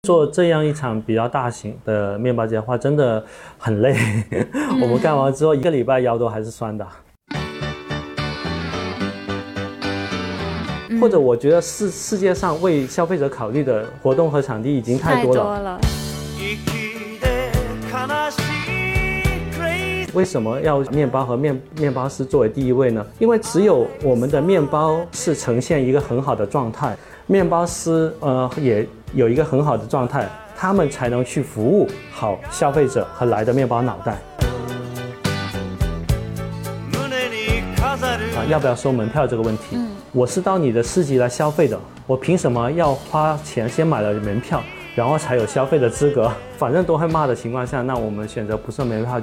做这样一场比较大型的面包节的话，真的很累。我们干完之后1个礼拜腰都还是酸的。或者我觉得世界上为消费者考虑的活动和场地已经太多了。为什么要面包和面包师作为第一位呢？因为只有我们的面包是呈现一个很好的状态，面包师也有一个很好的状态，他们才能去服务好消费者和来的面包脑袋。要不要收门票这个问题，我是到你的市集来消费的，我凭什么要花钱先买了门票，然后才有消费的资格？反正都会骂的情况下，那我们选择不收门票。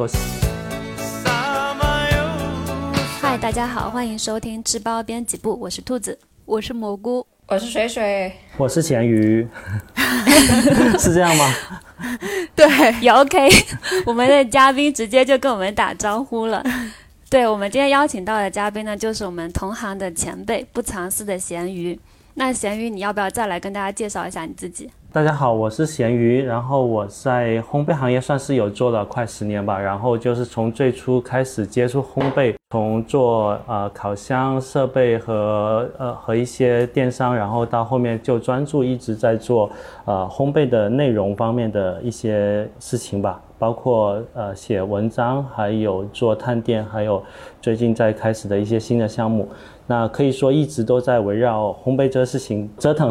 嗨，大家好，欢迎收听吃包编辑部，我是兔子， 我是蘑菇， 我是水水， 我是咸鱼。是这样吗？ 对，也 OK。我们的嘉宾直接就跟我们打招呼了。对，我们今天邀请到的嘉宾呢，就是我们同行的前辈不藏私的咸鱼。那咸鱼，你要不要再来跟大家介绍一下你自己？ 大家好，我是咸鱼，然后我在烘焙行业算是有做了快10年吧，然后就是从最初开始接触烘焙，从做烤箱设备和一些电商，然后到后面就专注一直在做烘焙的内容方面的一些事情吧，包括写文章，还有做探店，还有最近在开始的一些新的项目。那可以说一直都在围绕烘焙这事情折腾。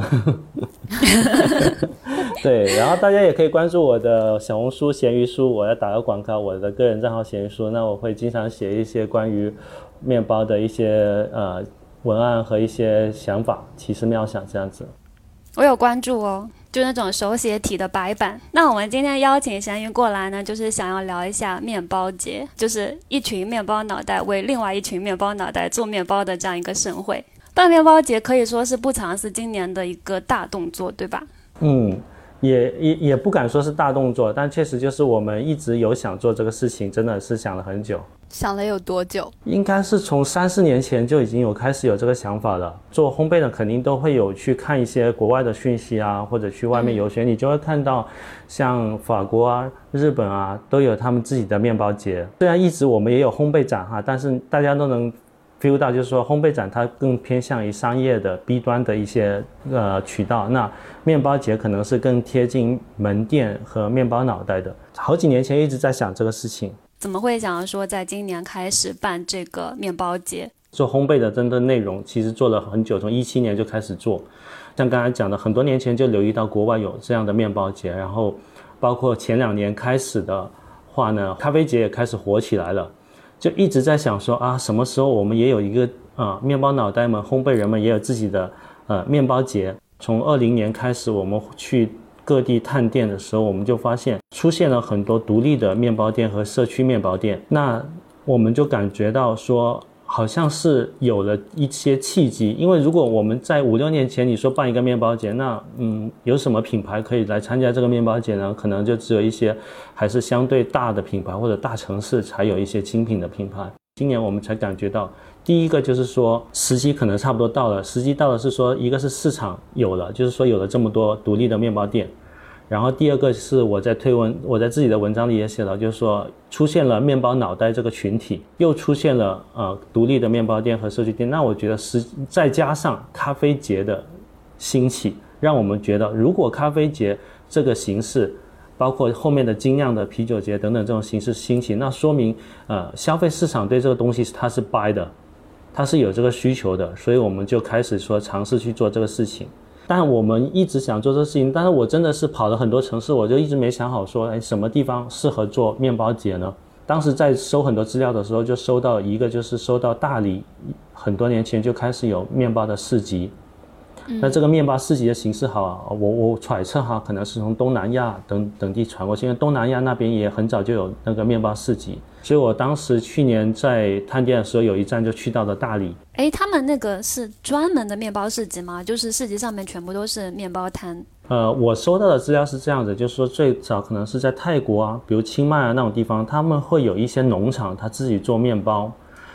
对，然后大家也可以关注我的小红书咸鱼书，我要打个广告，我的个人账号咸鱼书，那我会经常写一些关于面包的一些文案和一些想法奇思妙想这样子。 我有关注哦，就那种手写体的白板。那我们今天邀请咸鱼过来呢，就是想要聊一下面包节，就是一群面包脑袋为另外一群面包脑袋做面包的这样一个盛会。办面包节可以说是不藏私今年的一个大动作，对吧？ 也不敢说是大动作，但确实就是我们一直有想做这个事情，真的是想了很久。 想了有多久？ 应该是从3-4年前就已经开始有这个想法了。做烘焙的肯定都会有去看一些国外的讯息啊，或者去外面游学，你就会看到像法国啊、日本啊都有他们自己的面包节。虽然一直我们也有烘焙展哈，但是大家都能 feel 到，就是说烘焙展它更偏向于商业的 B 端的一些渠道，那面包节可能是更贴近门店和面包脑袋的。好几年前一直在想这个事情。 怎么会想要说在今年开始办这个面包节？ 做烘焙的真的内容其实做了很久，从17年就开始做。像刚才讲的，很多年前就留意到国外有这样的面包节，然后包括前2年开始的话呢，咖啡节也开始火起来了。就一直在想说啊，什么时候我们也有一个面包脑袋们、烘焙人们也有自己的面包节。从20年开始，我们去各地探店的时候，我们就发现出现了很多独立的面包店和社区面包店。那我们就感觉到说，好像是有了一些契机。因为如果我们在5-6年前你说办一个面包节，那有什么品牌可以来参加这个面包节呢？可能就只有一些还是相对大的品牌，或者大城市才有一些精品的品牌。今年我们才感觉到，第一个就是说时机可能差不多到了，时机到了是说，一个是市场有了，就是说有了这么多独立的面包店。然后第二个是我在自己的文章里也写了，就是说出现了面包脑袋这个群体，又出现了独立的面包店和社区店。那我觉得再加上咖啡节的兴起，让我们觉得如果咖啡节这个形式，包括后面的精酿的啤酒节等等这种形式兴起，那说明消费市场对这个东西它是 buy 的，它是有这个需求的，所以我们就开始说尝试去做这个事情。但我们一直想做这个事情，但是我真的是跑了很多城市，我就一直没想好说什么地方适合做面包节呢？当时在收很多资料的时候，就收到一个，就是收到大理很多年前就开始有面包的市集。那这个面包市集的形式我揣测可能是从东南亚等地传过去，因为东南亚那边也很早就有那个面包市集，所以我当时去年在探店的时候，有一站就去到了大理。 他们那个是专门的面包市集吗？就是市集上面全部都是面包摊？ 我收到的资料是这样子，就是说最早可能是在泰国啊，比如清迈啊那种地方，他们会有一些农场，他自己做面包。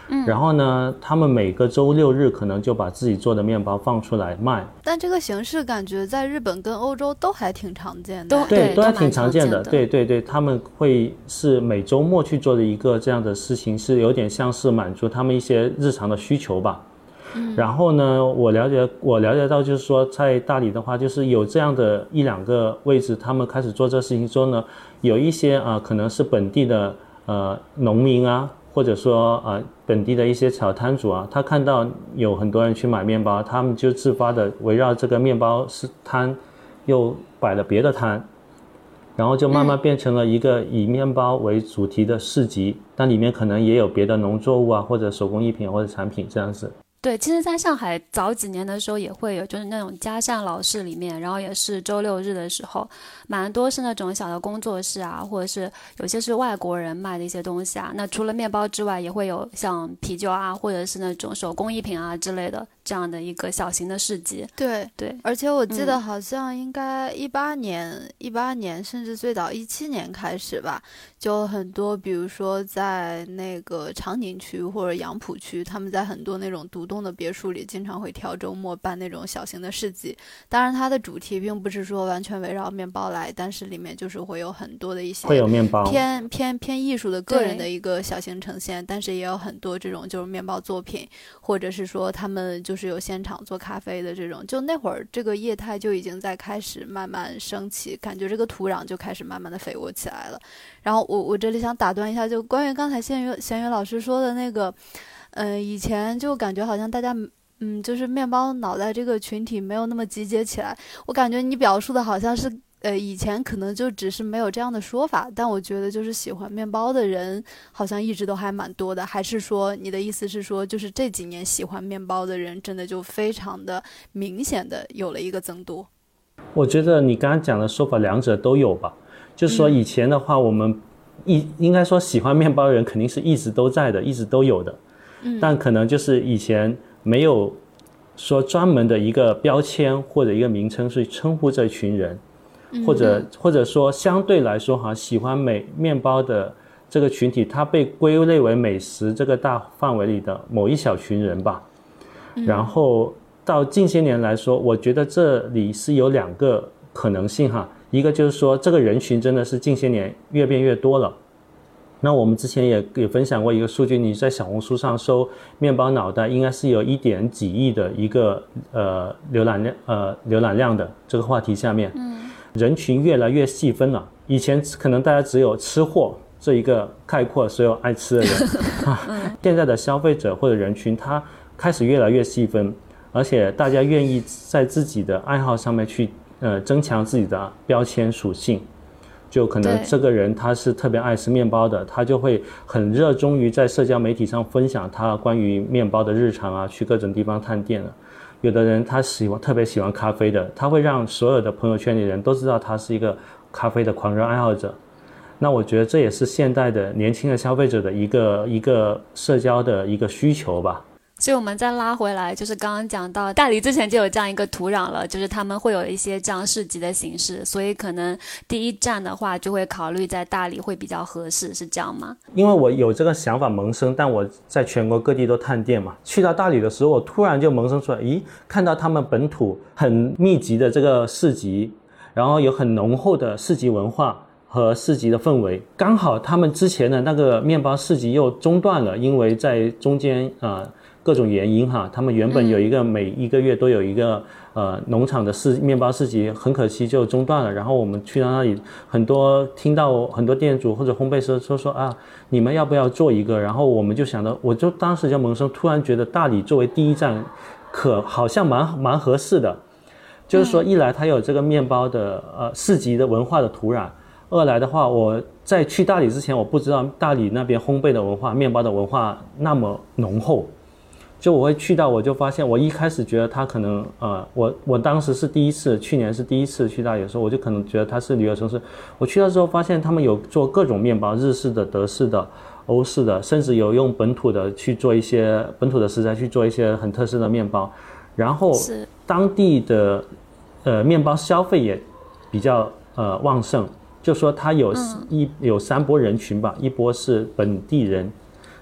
然后呢，他们每个周六日可能就把自己做的面包放出来卖。 但这个形式感觉在日本跟欧洲都还挺常见的。 对，都还挺常见的。 对，他们会是每周末去做的一个这样的事情，是有点像是满足他们一些日常的需求吧。然后呢，我了解到就是说，在大理的话，就是有这样的一两个位置，他们开始做这事情之后呢，有一些可能是本地的农民啊，或者说本地的一些小摊主啊，他看到有很多人去买面包，他们就自发的围绕这个面包摊又摆了别的摊，然后就慢慢变成了一个以面包为主题的市集，但里面可能也有别的农作物啊，或者手工艺品或者产品这样子。 对，其实在上海早几年的时候也会有，就是那种嘉善老市里面，然后也是周六日的时候，蛮多是那种小的工作室啊，或者是有些是外国人卖的一些东西啊。那除了面包之外，也会有像啤酒啊，或者是那种手工艺品啊之类的这样的一个小型的市集。 对，而且我记得好像应该18年甚至最早17年开始吧，就很多比如说在那个长宁区或者杨浦区，他们在很多那种独栋的别墅里经常会挑周末办那种小型的市集。当然它的主题并不是说完全围绕面包来，但是里面就是会有很多的一些会有面包偏艺术的个人的一个小型呈现，但是也有很多这种就是面包作品，或者是说他们就是有现场做咖啡的这种。就那会儿这个业态就已经在开始慢慢升起，感觉这个土壤就开始慢慢的肥沃起来了。然后我这里想打断一下，就关于刚才咸鱼老师说的那个以前就感觉好像大家就是面包脑袋这个群体没有那么集结起来。我感觉你表述的好像是以前可能就只是没有这样的说法，但我觉得就是喜欢面包的人好像一直都还蛮多的。还是说你的意思是说，就是这几年喜欢面包的人真的就非常的明显的有了一个增多？ 我觉得你刚刚讲的说法两者都有吧。就是说以前的话，我们应该说喜欢面包的人肯定是一直都在的，一直都有的。但可能就是以前没有说专门的一个标签或者一个名称去称呼这群人，或者说相对来说喜欢面包的这个群体，它被归类为美食这个大范围里的某一小群人吧。然后到近些年来说，我觉得这里是有两个可能性一个就是说这个人群真的是近些年越变越多了。那我们之前也分享过一个数据，你在小红书上搜面包脑袋，应该是有1点几亿的一个浏览量的这个话题下面，人群越来越细分了。以前可能大家只有吃货这一个概括所有爱吃的人现在的消费者或者人群，他开始越来越细分，而且大家愿意在自己的爱好上面去增强自己的标签属性。就可能这个人他是特别爱吃面包的，他就会很热衷于在社交媒体上分享他关于面包的日常啊，去各种地方探店了。有的人他特别喜欢咖啡的，他会让所有的朋友圈里人都知道他是一个咖啡的狂热爱好者。那我觉得这也是现代的年轻的消费者的一个社交的一个需求吧。 所以我们再拉回来，就是刚刚讲到大理之前就有这样一个土壤了，就是他们会有一些这样市集的形式，所以可能第一站的话就会考虑在大理会比较合适，是这样吗？ 因为我有这个想法萌生，但我在全国各地都探店嘛，去到大理的时候，我突然就萌生出来，看到他们本土很密集的这个市集，然后有很浓厚的市集文化和市集的氛围，刚好他们之前的那个面包市集又中断了，因为在中间各种原因他们原本有一个每一个月都有一个农场的面包市集，很可惜就中断了。然后我们去到那里，听到很多店主或者烘焙师说你们要不要做一个？然后我们就想到，我就当时就萌生，突然觉得大理作为第一站好像蛮合适的。就是说一来它有这个面包的市集的文化的土壤，二来的话，我在去大理之前我不知道大理那边烘焙的文化面包的文化那么浓厚。就我会去到，我就发现我一开始觉得它可能我当时是去年是第一次去大理的时候，我就可能觉得它是旅游城市。我去到之后发现他们有做各种面包，日式的、德式的、欧式的，甚至有用本土的食材去做一些很特色的面包。然后当地的面包消费也比较旺盛，就说它有3波人群吧，一波是本地人，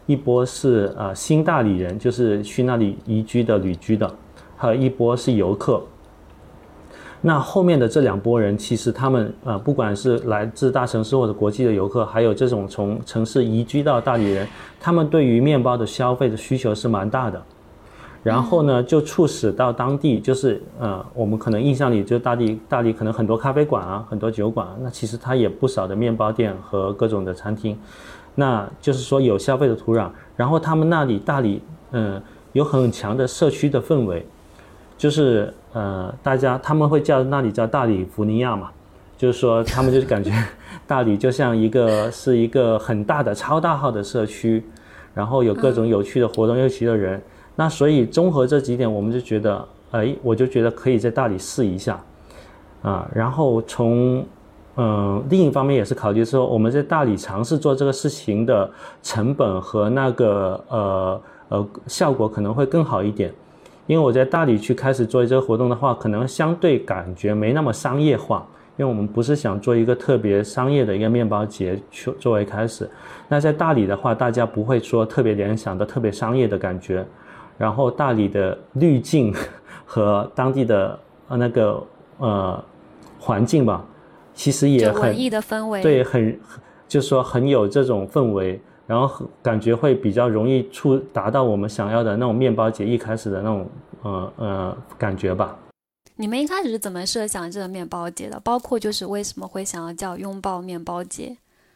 一波是新大理人，就是去那里移居的旅居的，还有一波是游客。那后面的这2波人，其实他们不管是来自大城市或者国际的游客，还有这种从城市移居到大理人，他们对于面包的消费的需求是蛮大的。然后呢，就促使到当地，就是我们可能印象里就大理可能很多咖啡馆啊，很多酒馆，那其实它也不少的面包店和各种的餐厅，那就是说有消费的土壤。然后他们那里大理有很强的社区的氛围。就是他们会叫那里叫大理福尼亚嘛，就是说他们就是感觉大理就像是一个很大的超大号的社区，然后有各种有趣的活动，有趣的人。那所以综合这几点，我们就觉得，我就觉得可以在大理试一下然后从另一方面也是考虑说，我们在大理尝试做这个事情的成本和那个效果可能会更好一点。因为我在大理去开始做这个活动的话，可能相对感觉没那么商业化，因为我们不是想做一个特别商业的一个面包节作为开始。那在大理的话，大家不会说特别联想的特别商业的感觉，然后大理的滤镜和当地的那个环境吧，其实也很文艺的氛围， 对，就是说很有这种氛围。然后感觉会比较容易达到我们想要的那种面包节一开始的那种感觉吧。 你们一开始是怎么设想这个面包节的？包括就是为什么会想要叫拥抱面包节？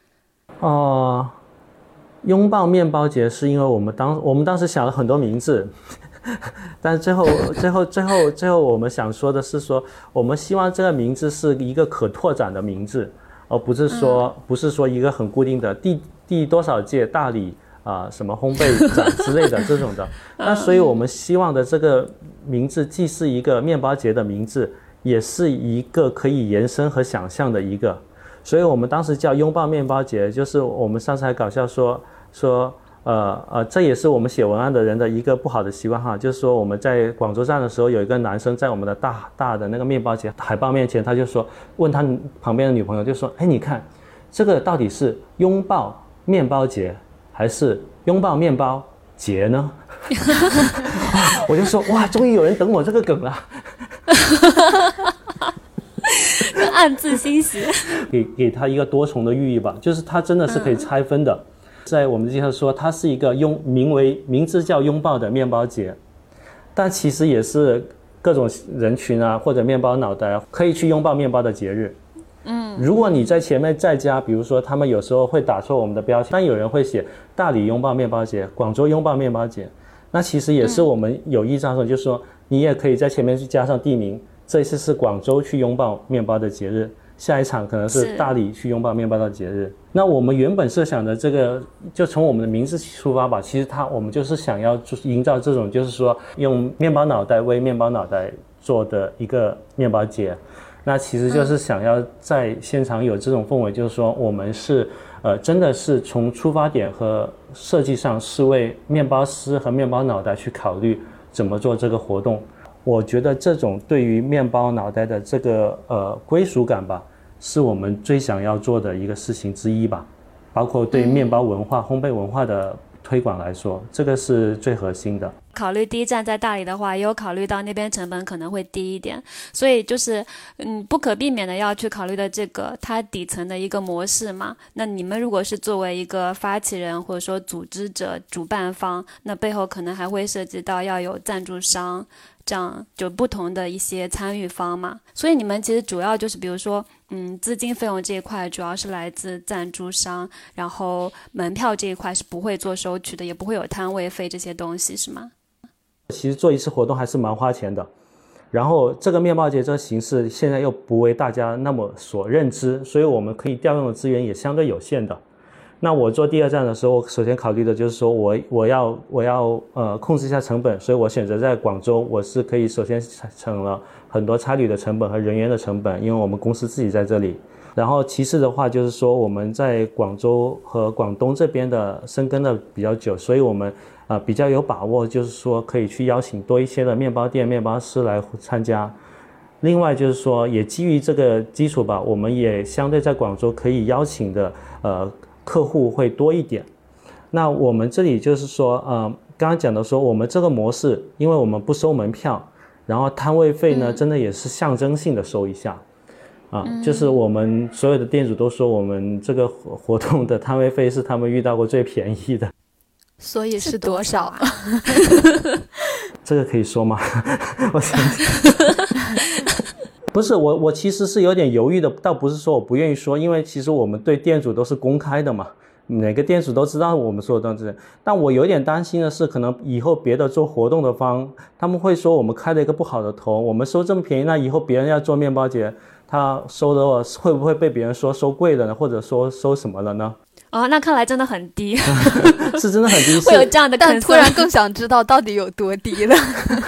拥抱面包节是因为我们当时想了很多名字，但最后我们想说的是说，我们希望这个名字是一个可拓展的名字，而不是说一个很固定的第多少届大理什么烘焙展之类的这种的。那所以我们希望的这个名字既是一个面包节的名字，也是一个可以延伸和想象的一个。所以我们当时叫拥抱面包节，就是我们上次还搞笑说这也是我们写文案的人的一个不好的习惯哈，就是说我们在广州站的时候，有一个男生在我们的大的那个面包节海报面前，他就说问他旁边的女朋友，就说你看这个到底是拥抱面包节还是拥抱面包节呢？我就说哇，终于有人等我这个梗了。 暗自欣喜。 给他一个多重的寓意吧，就是它真的是可以拆分的。在我们介绍说，它是一个名字叫拥抱的面包节，但其实也是各种人群啊或者面包脑袋可以去拥抱面包的节日。如果你在前面再加，比如说他们有时候会打错我们的标签，但有人会写大理拥抱面包节、广州拥抱面包节，那其实也是我们有意这样说，就是说你也可以在前面去加上地名，这一次是广州去拥抱面包的节日，下一场可能是大理去拥抱面包的节日。那我们原本设想的这个，就从我们的名字出发吧，其实我们就是想要营造这种，就是说用面包脑袋为面包脑袋做的一个面包节。那其实就是想要在现场有这种氛围，就是说我们是真的是从出发点和设计上是为面包师和面包脑袋去考虑怎么做这个活动。我觉得这种对于面包脑袋的这个归属感吧，是我们最想要做的一个事情之一吧。包括对面包文化、烘焙文化的推广来说，这个是最核心的。 考虑第一站在大理的话，也有考虑到那边成本可能会低一点，所以就是不可避免的要去考虑的这个它底层的一个模式嘛。那你们如果是作为一个发起人或者说组织者、主办方，那背后可能还会涉及到要有赞助商，这样就不同的一些参与方嘛。所以你们其实主要就是比如说资金费用这一块主要是来自赞助商，然后门票这一块是不会做收取的，也不会有摊位费这些东西是吗？ 其实做一次活动还是蛮花钱的，然后这个面包节这个形式现在又不为大家那么所认知，所以我们可以调用的资源也相对有限的。那我做第二站的时候，我首先考虑的就是说我要控制一下成本，所以我选择在广州，我是可以首先省了很多差旅的成本和人员的成本，因为我们公司自己在这里。然后其次的话就是说我们在广州和广东这边的深耕的比较久，所以我们比较有把握，就是说可以去邀请多一些的面包店、面包师来参加。另外就是说也基于这个基础吧，我们也相对在广州可以邀请的客户会多一点。 那我们这里就是说刚刚讲的说我们这个模式，因为我们不收门票，然后摊位费呢真的也是象征性的收一下就是我们所有的店主都说我们这个活动的摊位费是他们遇到过最便宜的。 所以是多少啊？ 这个可以说吗？我想不是我其实是有点犹豫的，倒不是说我不愿意说，因为其实我们对店主都是公开的嘛，每个店主都知道我们说的东西。但我有点担心的是，可能以后别的做活动的方他们会说我们开了一个不好的头，我们收这么便宜，那以后别人要做面包节他收的会不会被别人说收贵了呢，或者说收什么了呢？ 那看来真的很低。 是真的很低。 会有这样的， 但突然更想知道到底有多低了。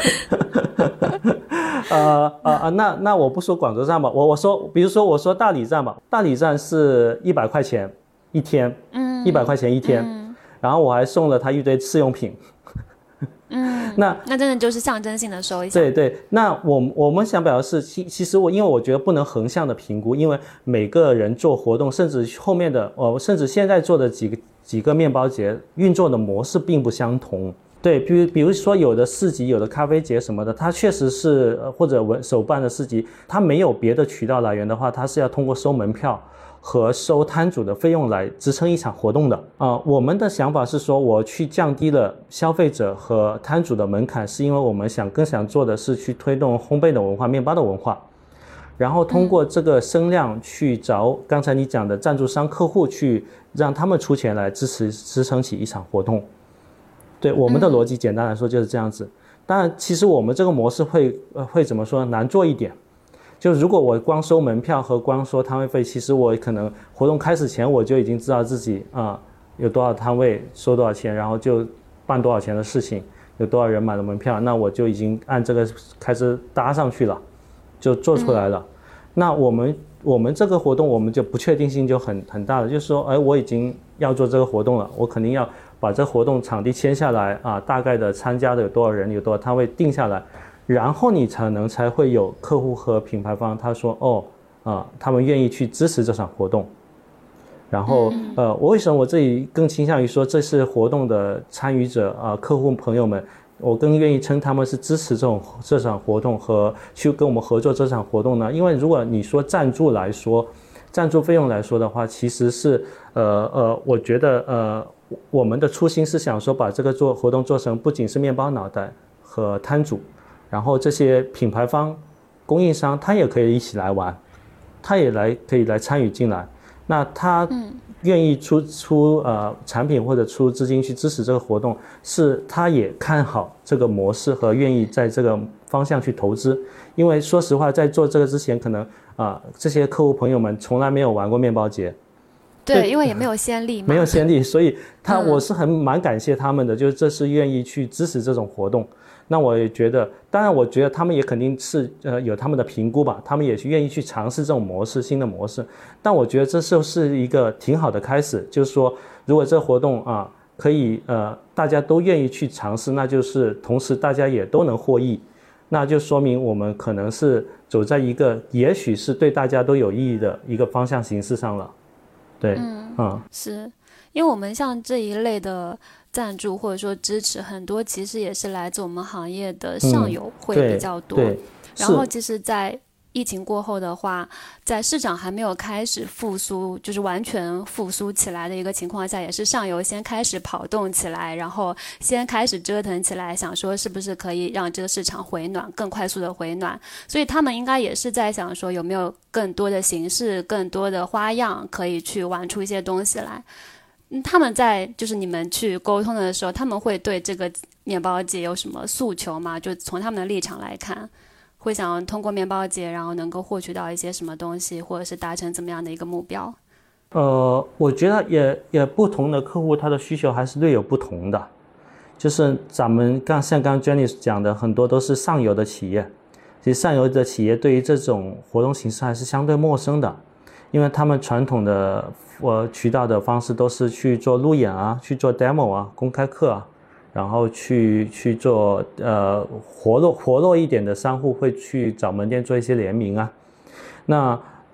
那我不说广州站吧，我说比如说我说大理站吧，大理站是100块钱一天，100块钱一天，然后我还送了他一堆试用品。那真的就是象征性的收一下。 对对，那我们想表达是，其实因为我觉得不能横向的评估，因为每个人做活动，甚至后面的甚至现在做的几个面包节运作的模式并不相同。对，比如说有的市集，有的咖啡节什么的，它确实是或者手办的市集，它没有别的渠道来源的话，它是要通过收门票和收摊主的费用来支撑一场活动的我们的想法是说，我去降低了消费者和摊主的门槛，是因为我们更想做的是去推动烘焙的文化、面包的文化，然后通过这个声量去找刚才你讲的赞助商客户，去让他们出钱来支撑起一场活动。对，我们的逻辑简单来说就是这样子。当然其实我们这个模式会怎么说难做一点，就如果我光收门票和光收摊位费，其实我可能活动开始前我就已经知道自己有多少摊位收多少钱，然后就办多少钱的事情，有多少人买了门票，那我就已经按这个开始搭上去了，就做出来了。那我们这个活动我们就不确定性就很大了，就是说我已经要做这个活动了，我肯定要把这个活动场地签下来大概的参加的有多少人，有多少摊位定下来，然后你才会有客户和品牌方他说他们愿意去支持这场活动。然后我为什么我这里更倾向于说这是活动的参与者客户朋友们，我更愿意称他们是支持这场活动和去跟我们合作这场活动呢？因为如果你说赞助来说，赞助费用来说的话，其实是我觉得我们的初心是想说把这个活动做成不仅是面包脑袋和摊主，然后这些品牌方供应商他也可以一起来玩，他也可以来参与进来，那他愿意出产品或者出资金去支持这个活动，是他也看好这个模式和愿意在这个方向去投资。因为说实话在做这个之前可能这些客户朋友们从来没有玩过面包节， 对，因为也没有先例嘛， 没有先例，所以我是蛮感谢他们的，就是这是愿意去支持这种活动。那我也觉得，当然我觉得他们也肯定是有他们的评估吧，他们也愿意去尝试这种模式，新的模式。但我觉得这就是一个挺好的开始，就是说如果这活动可以大家都愿意去尝试，那就是同时大家也都能获益，那就说明我们可能是走在一个也许是对大家都有意义的一个方向形式上了。对， 是因为我们像这一类的赞助或者说支持，很多其实也是来自我们行业的上游会比较多。然后其实在疫情过后的话，在市场还没有开始复苏，就是完全复苏起来的一个情况下，也是上游先开始跑动起来，然后先开始折腾起来，想说是不是可以让这个市场回暖，更快速的回暖。所以他们应该也是在想说有没有更多的形式，更多的花样可以去玩出一些东西来。他们在就是你们去沟通的时候，他们会对这个面包节有什么诉求吗？就从他们的立场来看，会想通过面包节然后能够获取到一些什么东西，或者是达成怎么样的一个目标？ 我觉得也不同的客户他的需求还是略有不同的，就是咱们像刚 Jenny 讲的，很多都是上游的企业，其实上游的企业对于这种活动形式还是相对陌生的，因为他们传统的渠道的方式都是去做路演去做 demo 公开课然后去做活络一点的商户会去找门店做一些联名那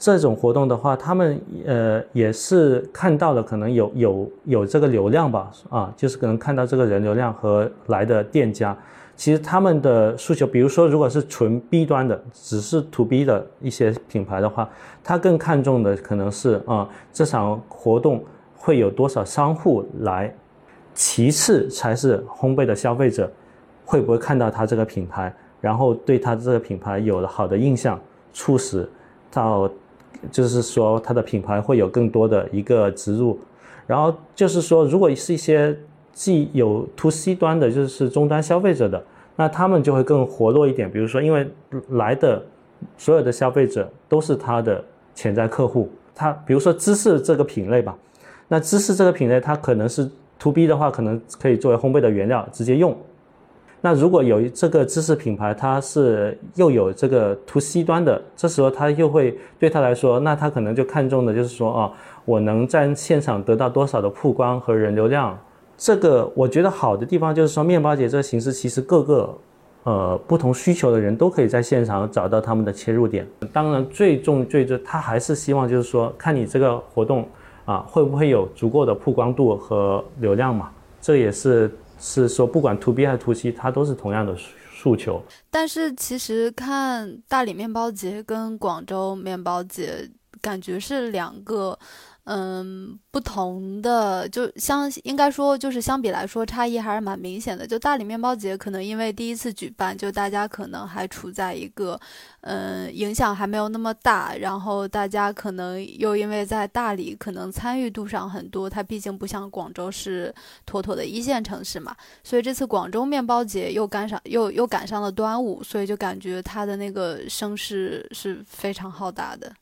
这种活动的话，他们也是看到了可能有这个流量吧，就是可能看到这个人流量和来的店家，其实他们的诉求，比如说如果是纯 B 端的，只是 to B 的一些品牌的话，他更看重的可能是这场活动会有多少商户来，其次才是烘焙的消费者会不会看到他这个品牌，然后对他这个品牌有了好的印象，促使到就是说它的品牌会有更多的一个植入。然后就是说如果是一些既有 to C 端的，就是终端消费者的，那他们就会更活络一点，比如说因为来的所有的消费者都是他的潜在客户，他比如说芝士这个品类吧，那芝士这个品类它可能是 to B 的话，可能可以作为烘焙的原料直接用，那如果有这个芝士品牌，它是又有这个 to C 端的，这时候它又会对他来说，那他可能就看重的就是说我能在现场得到多少的曝光和人流量。这个我觉得好的地方就是说，面包节这个形式其实各个不同需求的人都可以在现场找到他们的切入点。当然最重他还是希望就是说看你这个活动会不会有足够的曝光度和流量嘛，这也是说不管 to B 还是 to C 它都是同样的诉求。 但是其实看大理面包节跟广州面包节感觉是两个不同的，就应该说就是相比来说差异还是蛮明显的。就大理面包节可能因为第一次举办，就大家可能还处在一个影响还没有那么大，然后大家可能又因为在大理可能参与度上很多，它毕竟不像广州是妥妥的一线城市嘛，所以这次广州面包节又赶上了端午，所以就感觉它的那个声势是非常浩大的。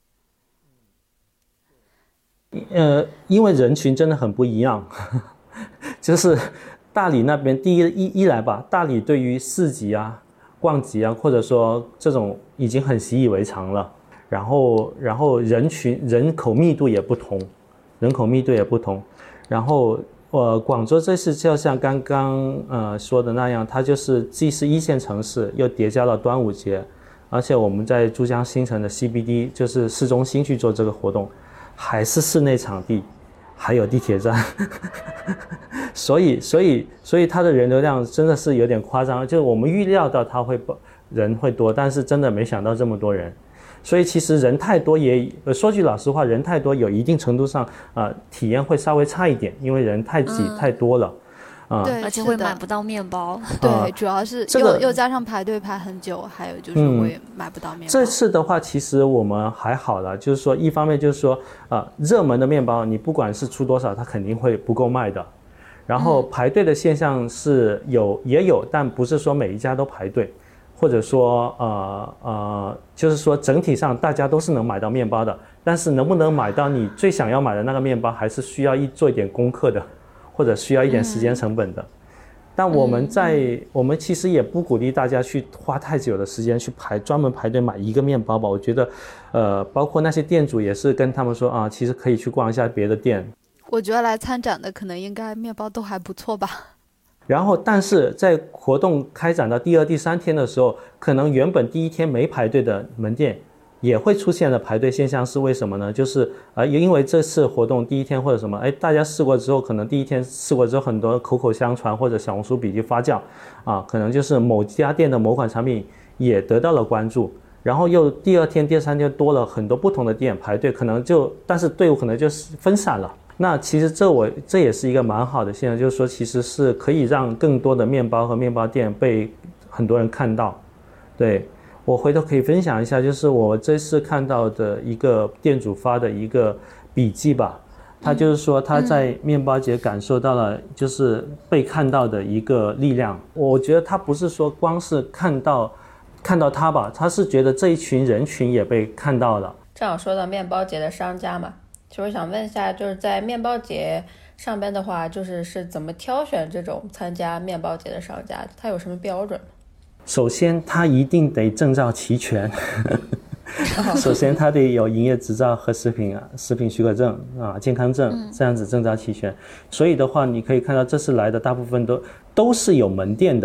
因为人群真的很不一样就是大理那边第一来吧，大理对于市集逛集或者说这种已经很习以为常了，然后人口密度也不同，然后广州这次就像刚刚说的那样，它就是既是一线城市，又叠加了端午节，而且我们在珠江新城的 CBD 就是市中心去做这个活动，还是室内场地，还有地铁站所以它的人流量真的是有点夸张，就是我们预料到它人会多，但是真的没想到这么多人。所以其实人太多说句老实话，人太多有一定程度上体验会稍微差一点，因为人太挤太多了。 对， 而且会买不到面包。 对，主要是又加上排队排很久，还有就是会买不到面包。 这次的话，其实我们还好了，就是说一方面就是说热门的面包你不管是出多少，它肯定会不够卖的。然后排队的现象是也有，但不是说每一家都排队，或者说就是说整体上大家都是能买到面包的，但是能不能买到你最想要买的那个面包，还是需要做一点功课的。或者需要一点时间成本的。但我们其实也不鼓励大家去花太久的时间去专门排队买一个面包吧。我觉得包括那些店主也是跟他们说其实可以去逛一下别的店。 我觉得来参展的可能应该面包都还不错吧。 然后但是在活动开展到第2、第3天的时候，可能原本第1天没排队的门店也会出现了排队现象，是为什么呢？就是因为这次活动第1天或者什么，大家试过之后，可能第1天试过之后，很多口口相传或者小红书笔记发酵可能就是某家店的某款产品也得到了关注，然后又第2天、第3天多了很多不同的店排队，可能但是队伍可能就是分散了。那其实这也是一个蛮好的现象，就是说其实是可以让更多的面包和面包店被很多人看到。对。我回头可以分享一下，就是我这次看到的一个店主发的一个笔记吧，他就是说他在面包节感受到了就是被看到的一个力量。我觉得他不是说光是看到他吧，他是觉得这一群人群也被看到了。 正好说到面包节的商家嘛，其实我想问一下，就是在面包节上边的话，是怎么挑选这种参加面包节的商家，他有什么标准吗？ 首先他一定得证照齐全首先他得有营业执照和食品许可证健康证，这样子证照齐全。所以的话你可以看到这次来的大部分都是有门店的，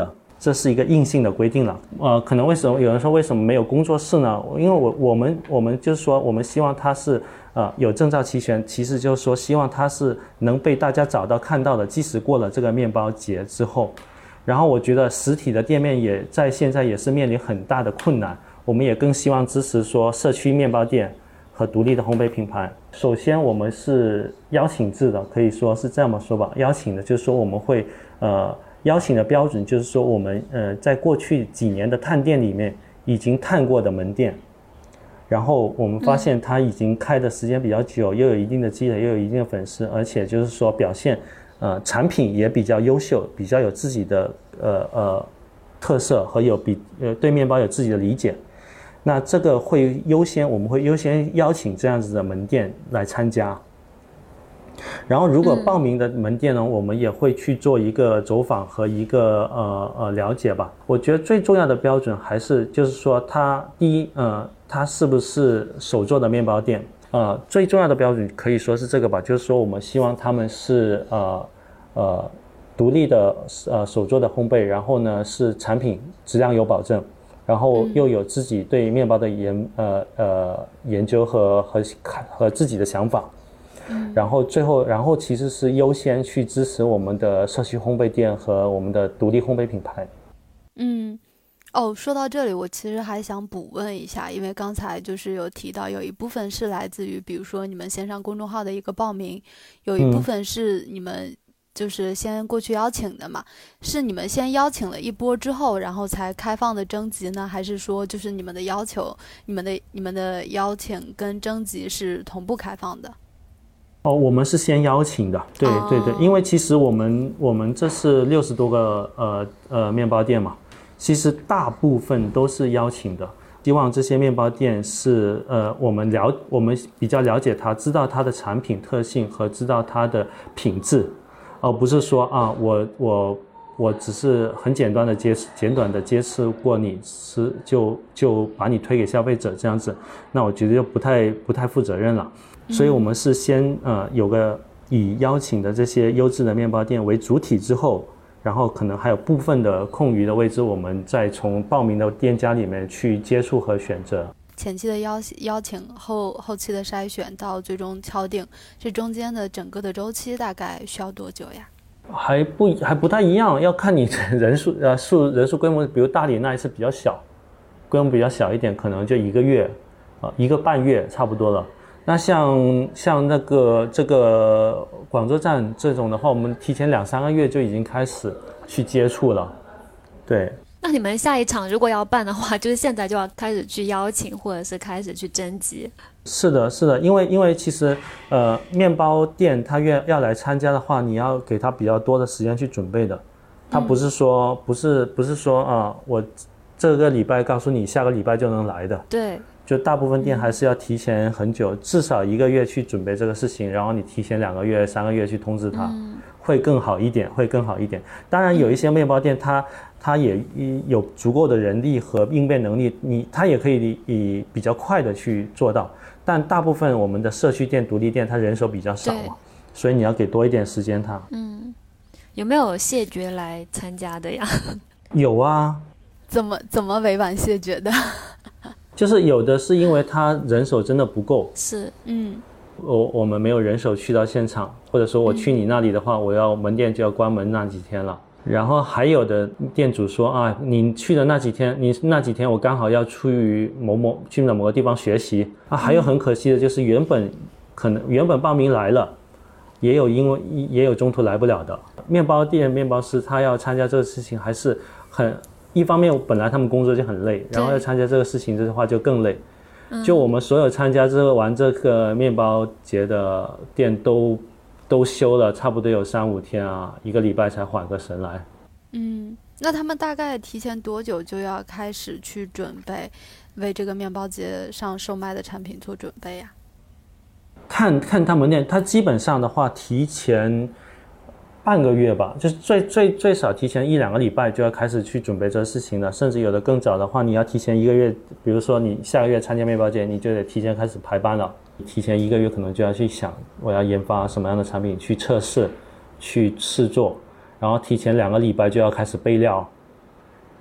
这是一个硬性的规定了。可能为什么有人说为什么没有工作室呢？因为我们就是说我们希望它是有证照齐全，其实就是说希望它是能被大家找到看到的，即使过了这个面包节之后。然后我觉得实体的店面也在现在也是面临很大的困难，我们也更希望支持说社区面包店和独立的烘焙品牌。首先我们是邀请制的，可以说是这么说吧，邀请的就是说我们会邀请的标准就是说我们在过去几年的探店里面已经探过的门店，然后我们发现它已经开的时间比较久，又有一定的积累，又有一定的粉丝，而且就是说表现产品也比较优秀，比较有自己的特色和对面包有自己的理解。那这个我们会优先邀请这样子的门店来参加。然后如果报名的门店呢，我们也会去做一个走访和一个了解吧。我觉得最重要的标准还是就是说第一它是不是手做的面包店。最重要的标准可以说是这个吧，就是说我们希望他们是独立的手做的烘焙，然后呢是产品质量有保证，然后又有自己对面包的研究和自己的想法。然后其实是优先去支持我们的社区烘焙店和我们的独立烘焙品牌。 说到这里，我其实还想补问一下，因为刚才就是有提到有一部分是来自于比如说你们线上公众号的一个报名，有一部分是你们就是先过去邀请的嘛，是你们先邀请了一波之后然后才开放的征集呢，还是说就是你们的要求你们的邀请跟征集是同步开放的？ 我们是先邀请的，对，因为其实我们这是60多个面包店嘛，其实大部分都是邀请的，希望这些面包店是我们比较了解它，知道它的产品特性和知道它的品质，而不是说我只是很简短的接触过你吃就把你推给消费者这样子，那我觉得就不太负责任了。所以我们是先有个以邀请的这些优质的面包店为主体之后，然后可能还有部分的空余的位置，我们再从报名的店家里面去接触和选择。 前期的邀请后期的筛选到最终敲定，这中间的整个的周期大概需要多久呀？ 还不太一样，要看你人数规模，比如大理那一次比较小，规模比较小一点，可能就1个月1个半月差不多了。那像这个广州站这种的话，我们提前2-3个月就已经开始去接触了。对。 那你们下一场如果要办的话，就是现在就要开始去邀请，或者是开始去征集？ 是的，因为其实面包店他要来参加的话，你要给他比较多的时间去准备的。他不是说我这个礼拜告诉你下个礼拜就能来的。对。就大部分店还是要提前很久，至少1个月去准备这个事情，然后你提前2个月、3个月去通知他，会更好一点。当然有一些面包店他也有足够的人力和应变能力，他也可以比较快的去做到，但大部分我们的社区店、独立店他人手比较少嘛，所以你要给多一点时间他。 有没有谢绝来参加的呀？ 有啊。 怎么委婉谢绝的？ 就是有的是因为他人手真的不够， 是， 我们没有人手去到现场，或者说我去你那里的话，门店就要关门那几天了。然后还有的店主说你去的那几天我刚好要去某个地方学习还有很可惜的就是原本报名来了，也有中途来不了的面包店面包师，他要参加这个事情还是一方面本来他们工作就很累，然后要参加这个事情的话就更累。就我们所有参加玩这个面包节的店都休了差不多有3-5天1个礼拜才缓个神来。 那他们大概提前多久就要开始去准备，为这个面包节上售卖的产品做准备呀？ 看他们店，他基本上的话提前半个月吧，就是最少提前1-2个礼拜就要开始去准备这个事情了，甚至有的更早的话，你要提前1个月，比如说你下个月参加面包节，你就得提前开始排班了，提前1个月可能就要去想我要研发什么样的产品去测试，去试做，然后提前2个礼拜就要开始备料，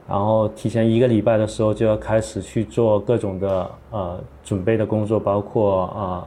然后提前1个礼拜的时候就要开始去做各种的准备的工作，包括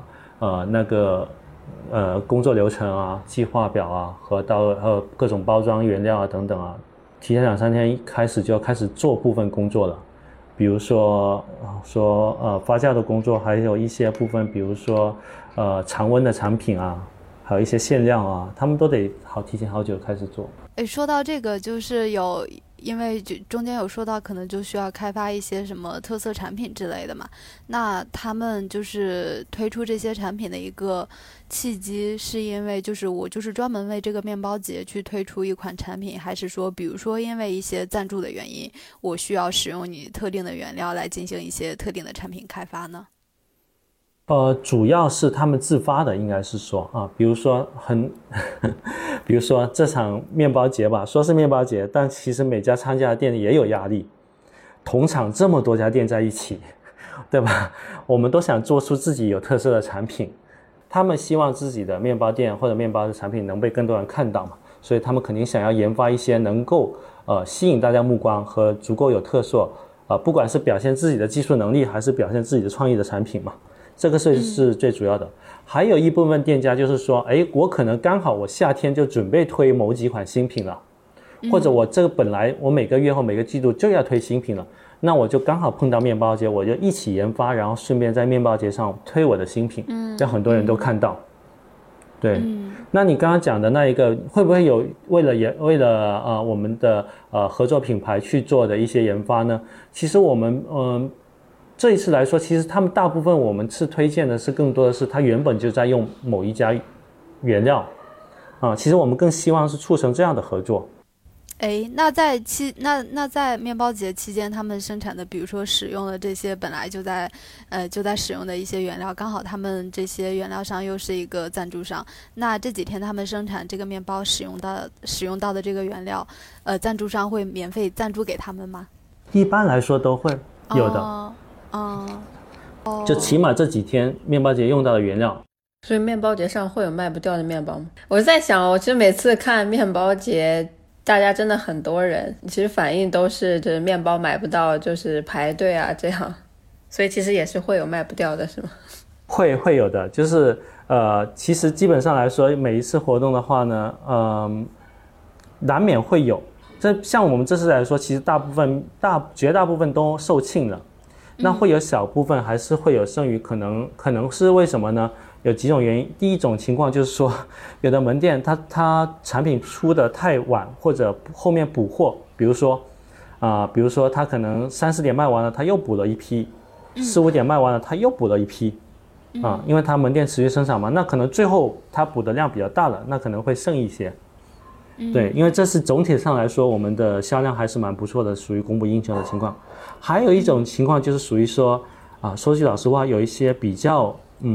工作流程啊、计划表啊和各种包装原料啊等等啊，提前2-3天开始就要开始做部分工作了。比如说发酵的工作，还有一些部分，比如说常温的产品啊，还有一些馅料啊，他们都得提前好久开始做。 说到这个，就是因为中间有说到可能就需要开发一些什么特色产品之类的嘛，那他们就是推出这些产品的一个契机是因为我专门为这个面包节去推出一款产品，还是说比如说因为一些赞助的原因，我需要使用你特定的原料来进行一些特定的产品开发呢？ 主要是他们自发的，应该是说啊，比如说比如说这场面包节吧，说是面包节，但其实每家参加的店也有压力，同场这么多家店在一起，对吧？我们都想做出自己有特色的产品，他们希望自己的面包店或者面包的产品能被更多人看到嘛，所以他们肯定想要研发一些能够吸引大家目光和足够有特色不管是表现自己的技术能力还是表现自己的创意的产品嘛。这个是最主要的。还有一部分店家就是说，我可能刚好我夏天就准备推某几款新品了，或者我这个本来我每个月或每个季度就要推新品了，那我就刚好碰到面包节，我就一起研发，然后顺便在面包节上推我的新品，让很多人都看到。对，那你刚刚讲的那一个会不会有为了我们的合作品牌去做的一些研发呢？其实我们这一次来说，其实他们大部分我们是推荐的是更多的是他原本就在用某一家原料其实我们更希望是促成这样的合作。 那在面包节期间，他们生产的，比如说使用的这些本来就在使用的一些原料，刚好他们这些原料商又是一个赞助商，那这几天他们生产这个面包使用到的这个原料，赞助商会免费赞助给他们吗？ 一般来说都会有的。就起码这几天面包节用到的原料。 所以面包节上会有卖不掉的面包吗？我在想，我其实每次看面包节大家真的很多人，其实反应都是就是面包买不到，就是排队啊这样，所以其实也是会有卖不掉的是吗？ 会有的，就是其实基本上来说每一次活动的话呢难免会有，像我们这次来说，其实绝大部分都售罄了，那会有小部分还是会有剩余，可能是为什么呢？有几种原因。第一种情况就是说，有的门店它产品出的太晚，或者后面补货，比如说他可能3-4点卖完了，他又补了一批，4-5点卖完了，他又补了一批因为他门店持续生产嘛，那可能最后他补的量比较大了，那可能会剩一些。对，因为这是总体上来说我们的销量还是蛮不错的，属于供不应求的情况。还有一种情况就是属于说说句老实话，有一些比较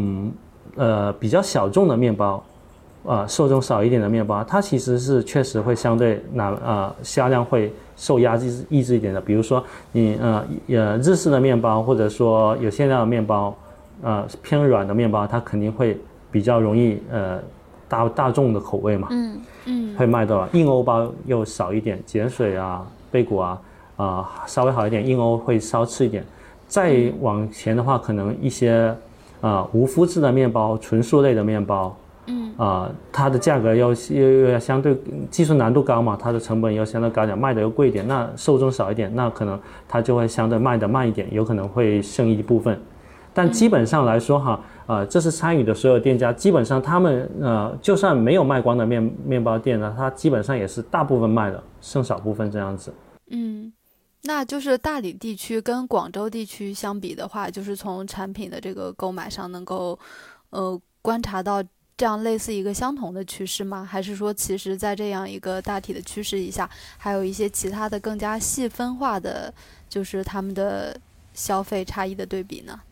小众的面包受众少一点的面包，它其实是确实会相对销量会受抑制一点的。比如说你日式的面包，或者说有馅料的面包偏软的面包，它肯定会比较容易大众的口味嘛，会卖到硬欧包又少一点，碱水贝果稍微好一点，硬欧会稍次一点。再往前的话，可能一些无麸质的面包、纯素类的面包，它的价格又要相对技术难度高嘛，它的成本又相对高一点，卖的又贵一点，那受众少一点，那可能它就会相对卖的慢一点，有可能会剩一部分。但基本上来说这次参与的所有店家，基本上他们就算没有卖光的面包店呢，它基本上也是大部分卖了，剩少部分这样子。 那就是大理地区跟广州地区相比的话，就是从产品的这个购买上能够观察到这样类似一个相同的趋势吗？还是说其实在这样一个大体的趋势以下，还有一些其他的更加细分化的，就是他们的消费差异的对比呢？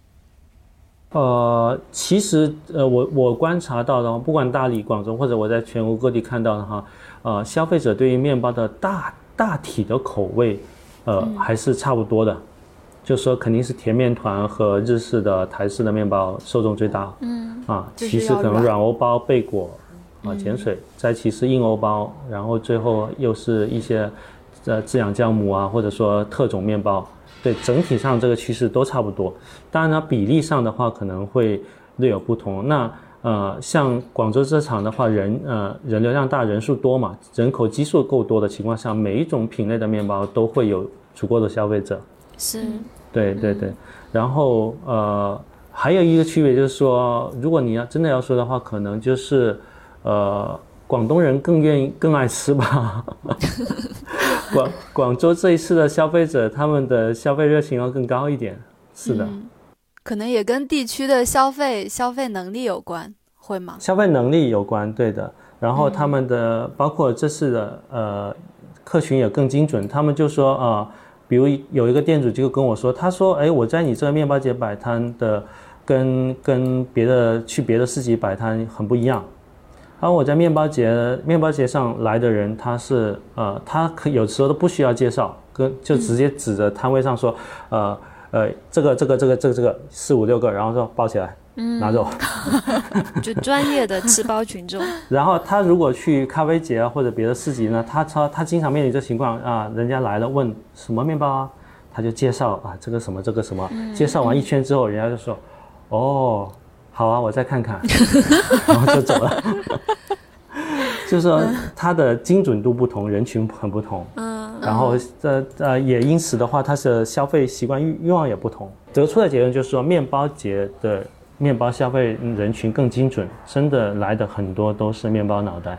其实我观察到的，不管大理、广州或者我在全国各地看到的消费者对于面包的大体的口味还是差不多的，就是说肯定是甜面团和日式的、台式的面包受众最大，其次可能软欧包、贝果碱水，再其次硬欧包，然后最后又是一些滋养酵母啊，或者说特种面包，对，整体上这个趋势都差不多。当然呢，比例上的话可能会略有不同。那像广州这厂的话，人流量大，人数多嘛，人口基数够多的情况下，每一种品类的面包都会有足够的消费者。 是， 对对对。然后还有一个区别就是说，如果你真的要说的话，可能就是广东人更爱吃吧。广州这一次的消费者，他们的消费热情要更高一点。是的。 可能也跟地区的消费能力有关，会吗？ 消费能力有关，对的。然后他们的包括这次的客群也更精准。他们就说比如有一个店主就跟我说，他说我在你这个面包节摆摊的跟去别的市集摆摊很不一样。然后我在面包节上来的人，他是他有时候都不需要介绍，就直接指着摊位上说这个4、5、6个，然后说包起来，拿走。 就专业的吃包群众。 然后他如果去咖啡节或者别的市集呢，他经常面临这情况人家来了问什么面包啊，他就介绍这个什么这个什么，介绍完一圈之后，人家就说好啊，我再看看，然后就走了。就是说它的精准度不同，人群很不同，然后也因此的话，它的消费习惯欲望也不同。得出的结论就是说，面包节的面包消费人群更精准，真的来的很多都是面包脑袋。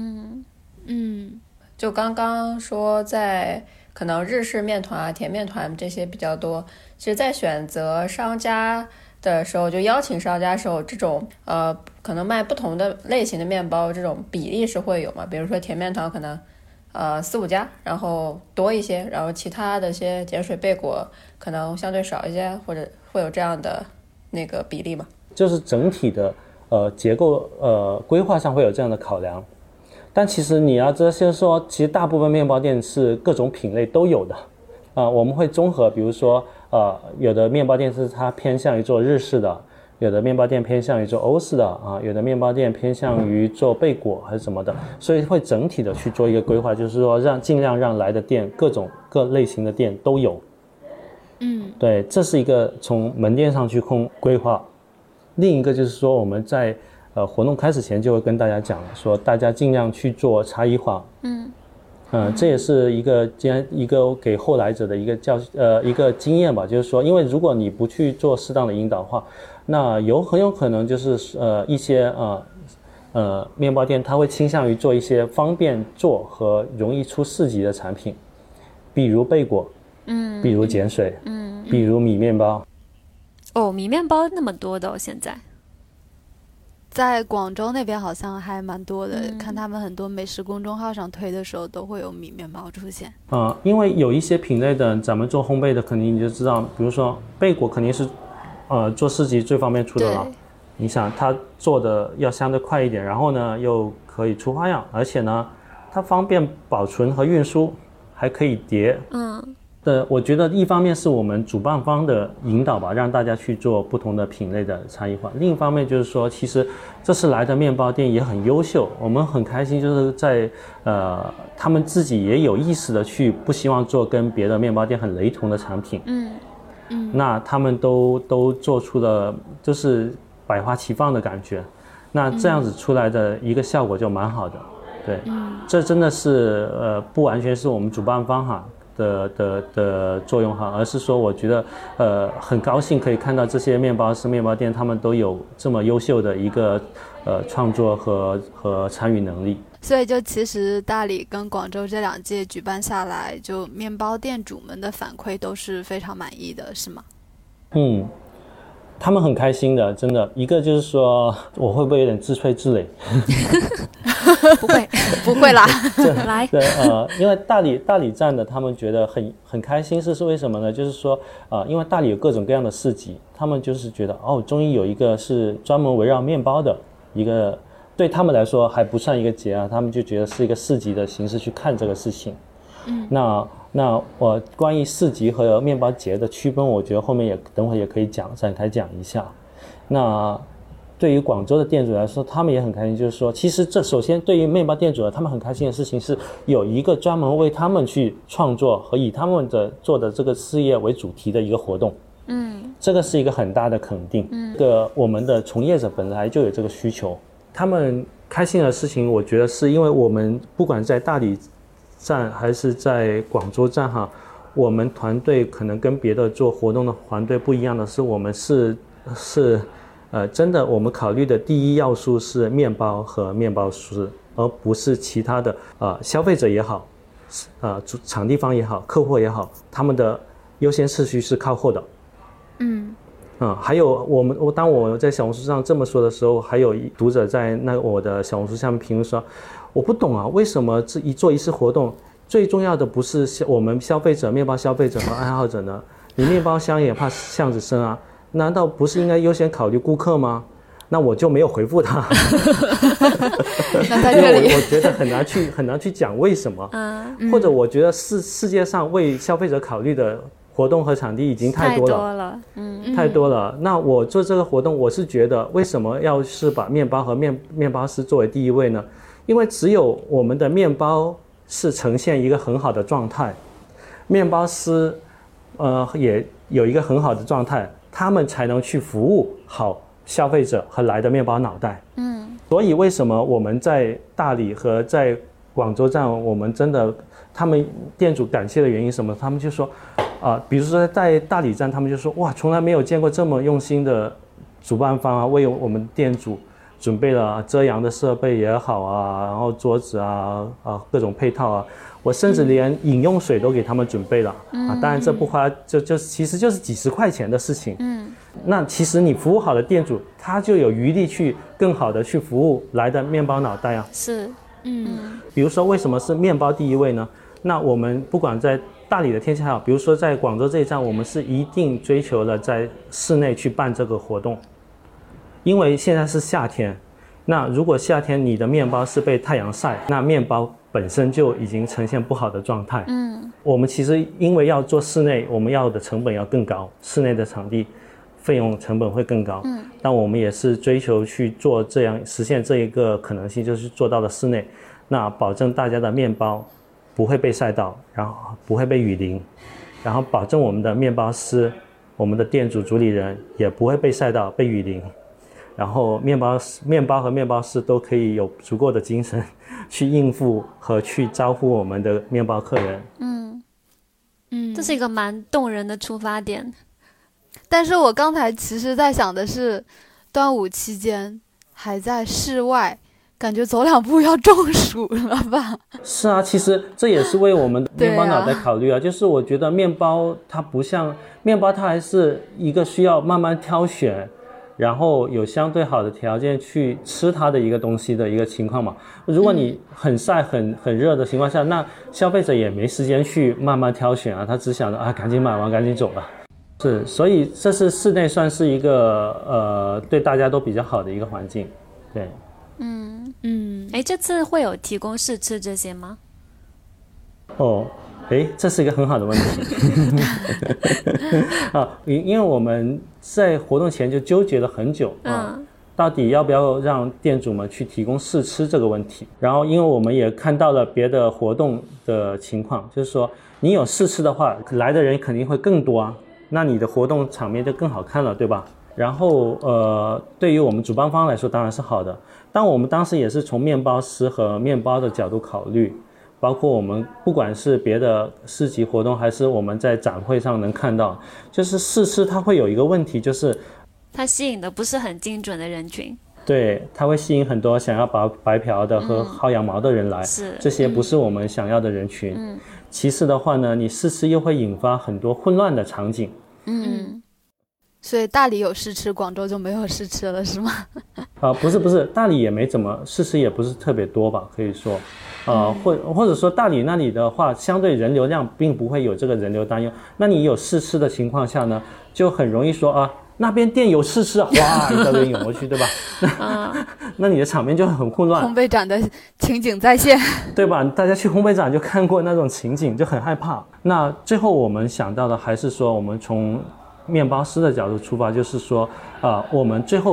就刚刚说在可能日式面团甜面团这些比较多，其实在选择商家的时候，就邀请商家的时候，这种可能卖不同的类型的面包，这种比例是会有嘛？比如说甜面团可能4、5家，然后多一些，然后其他的一些碱水贝果可能相对少一些，或者会有这样的那个比例吗？ 就是整体的结构规划上会有这样的考量。但其实你要知道，就是说，其实大部分面包店是各种品类都有的。我们会综合，比如说有的面包店是它偏向于做日式的，有的面包店偏向于做欧式的有的面包店偏向于做贝果还是什么的，所以会整体的去做一个规划，就是说尽量让来的店各类型的店都有。对，这是一个从门店上去规划。另一个就是说，我们在活动开始前就会跟大家讲说，大家尽量去做差异化。这也是一个给后来者的一个经验吧，就是说，因为如果你不去做适当的引导的话，那很有可能就是一些面包店它会倾向于做一些方便做和容易出市集的产品，比如贝果，比如碱水，比如米面包。 米面包那么多的现在。 在广州那边好像还蛮多的，看他们很多美食公众号上推的时候都会有米面包出现。 因为有一些品类的，咱们做烘焙的肯定你就知道，比如说贝果肯定是做市集最方便出的了。你想它做的要相对快一点，然后呢又可以出花样，而且呢它方便保存和运输，还可以叠。我觉得一方面是我们主办方的引导吧，让大家去做不同的品类的差异化。另一方面就是说，其实这次来的面包店也很优秀，我们很开心，就是在他们自己也有意识的去不希望做跟别的面包店很雷同的产品。那他们都做出了就是百花齐放的感觉，那这样子出来的一个效果就蛮好的。对，这真的是不完全是我们主办方的作用而是说我觉得很高兴可以看到这些面包师面包店他们都有这么优秀的一个创作和参与能力。 所以就其实大理跟广州这2届举办下来，就面包店主们的反馈都是非常满意的，是吗？ 他们很开心的，真的。一个就是说，我会不会有点自吹自擂？ 不会啦。 来， 因为大理站的他们觉得很开心，是为什么呢？就是说，因为大理有各种各样的市集，他们就是觉得终于有一个是专门围绕面包的一个，对他们来说还不算一个节他们就觉得是一个市集的形式去看这个事情。那我关于市集和面包节的区分，我觉得后面等会也可以展开讲一下。那对于广州的店主来说，他们也很开心，就是说，其实这首先对于面包店主他们很开心的事情是有一个专门为他们去创作和以他们的做的这个事业为主题的一个活动。这个是一个很大的肯定。这个我们的从业者本来就有这个需求，他们开心的事情，我觉得是因为我们不管在大理站还是在广州站哈，我们团队可能跟别的做活动的团队不一样的是，我们是真的我们考虑的第一要素是面包和面包师，而不是其他的消费者也好，场地方也好，客户也好，他们的优先次序是靠后的。还有当我在小红书上这么说的时候，还有读者在我的小红书下面评论说，我不懂啊，为什么做一次活动最重要的不是我们消费者、面包消费者和爱好者呢？你面包香也怕巷子深啊，难道不是应该优先考虑顾客吗？那我就没有回复他。 那在这里我觉得很难去讲为什么。或者我觉得世界上为消费者考虑的活动和场地已经太多了，太多了。那我做这个活动，我是觉得为什么要是把面包和面包师作为第一位呢？因为只有我们的面包是呈现一个很好的状态，面包师也有一个很好的状态，他们才能去服务好消费者和来的面包脑袋。所以为什么我们在大理和在广州站，我们真的他们店主感谢的原因什么？他们就说比如说在大理站，他们就说哇，从来没有见过这么用心的主办方啊，为我们店主准备了遮阳的设备也好啊，然后桌子各种配套啊，我甚至连饮用水都给他们准备了。当然这不花就其实就是几十块钱的事情。那其实你服务好的店主，他就有余力去更好的去服务来的面包脑袋啊。 是， 比如说为什么是面包第一位呢？那我们不管在大理的天气好，比如说在广州这一站，我们是一定追求了在室内去办这个活动，因为现在是夏天。那如果夏天你的面包是被太阳晒，那面包本身就已经呈现不好的状态。我们其实因为要做室内，我们要的成本要更高，室内的场地费用成本会更高。但我们也是追求去做这样实现这一个可能性，就是做到了室内，那保证大家的面包不会被晒到，然后不会被雨淋，然后保证我们的面包师、我们的店主、主理人也不会被晒到、被雨淋，然后面包和面包师都可以有足够的精神去应付和去招呼我们的面包客人。 这是一个蛮动人的出发点。 但是我刚才其实在想的是，端午期间还在室外，感觉走两步要中暑了吧？ 是啊，其实这也是为我们面包脑袋考虑啊。就是我觉得面包它不像面包，它还是一个需要慢慢挑选，然后有相对好的条件去吃它的一个东西的一个情况嘛。如果你很晒很热的情况下，那消费者也没时间去慢慢挑选啊，他只想着赶紧买完赶紧走了。是，所以这是室内算是一个对大家都比较好的一个环境。对。 这次会有提供试吃这些吗？ 这是一个很好的问题。因为我们在活动前就纠结了很久到底要不要让店主们去提供试吃这个问题。然后因为我们也看到了别的活动的情况，就是说你有试吃的话，来的人肯定会更多啊，那你的活动场面就更好看了，对吧？然后对于我们主办方来说当然是好的，但我们当时也是从面包师和面包的角度考虑，包括我们不管是别的市集活动还是我们在展会上能看到，就是试吃它会有一个问题，就是它吸引的不是很精准的人群。 对，它会吸引很多想要白嫖的和薅羊毛的人来，这些不是我们想要的人群。其次的话呢，你试吃又会引发很多混乱的场景。 所以大理有试吃，广州就没有试吃了是吗？ 不是，大理也没怎么试吃，也不是特别多吧，可以说或者说大理那里的话，相对人流量并不会有这个人流担忧。那你有试吃的情况下呢，就很容易说那边店有试吃，哇，一大堆涌过去，对吧？那你的场面就很混乱。 烘焙展的情景再现， 对吧？大家去烘焙展就看过那种情景，就很害怕。那最后我们想到的还是说，我们从面包师的角度出发，就是说我们最后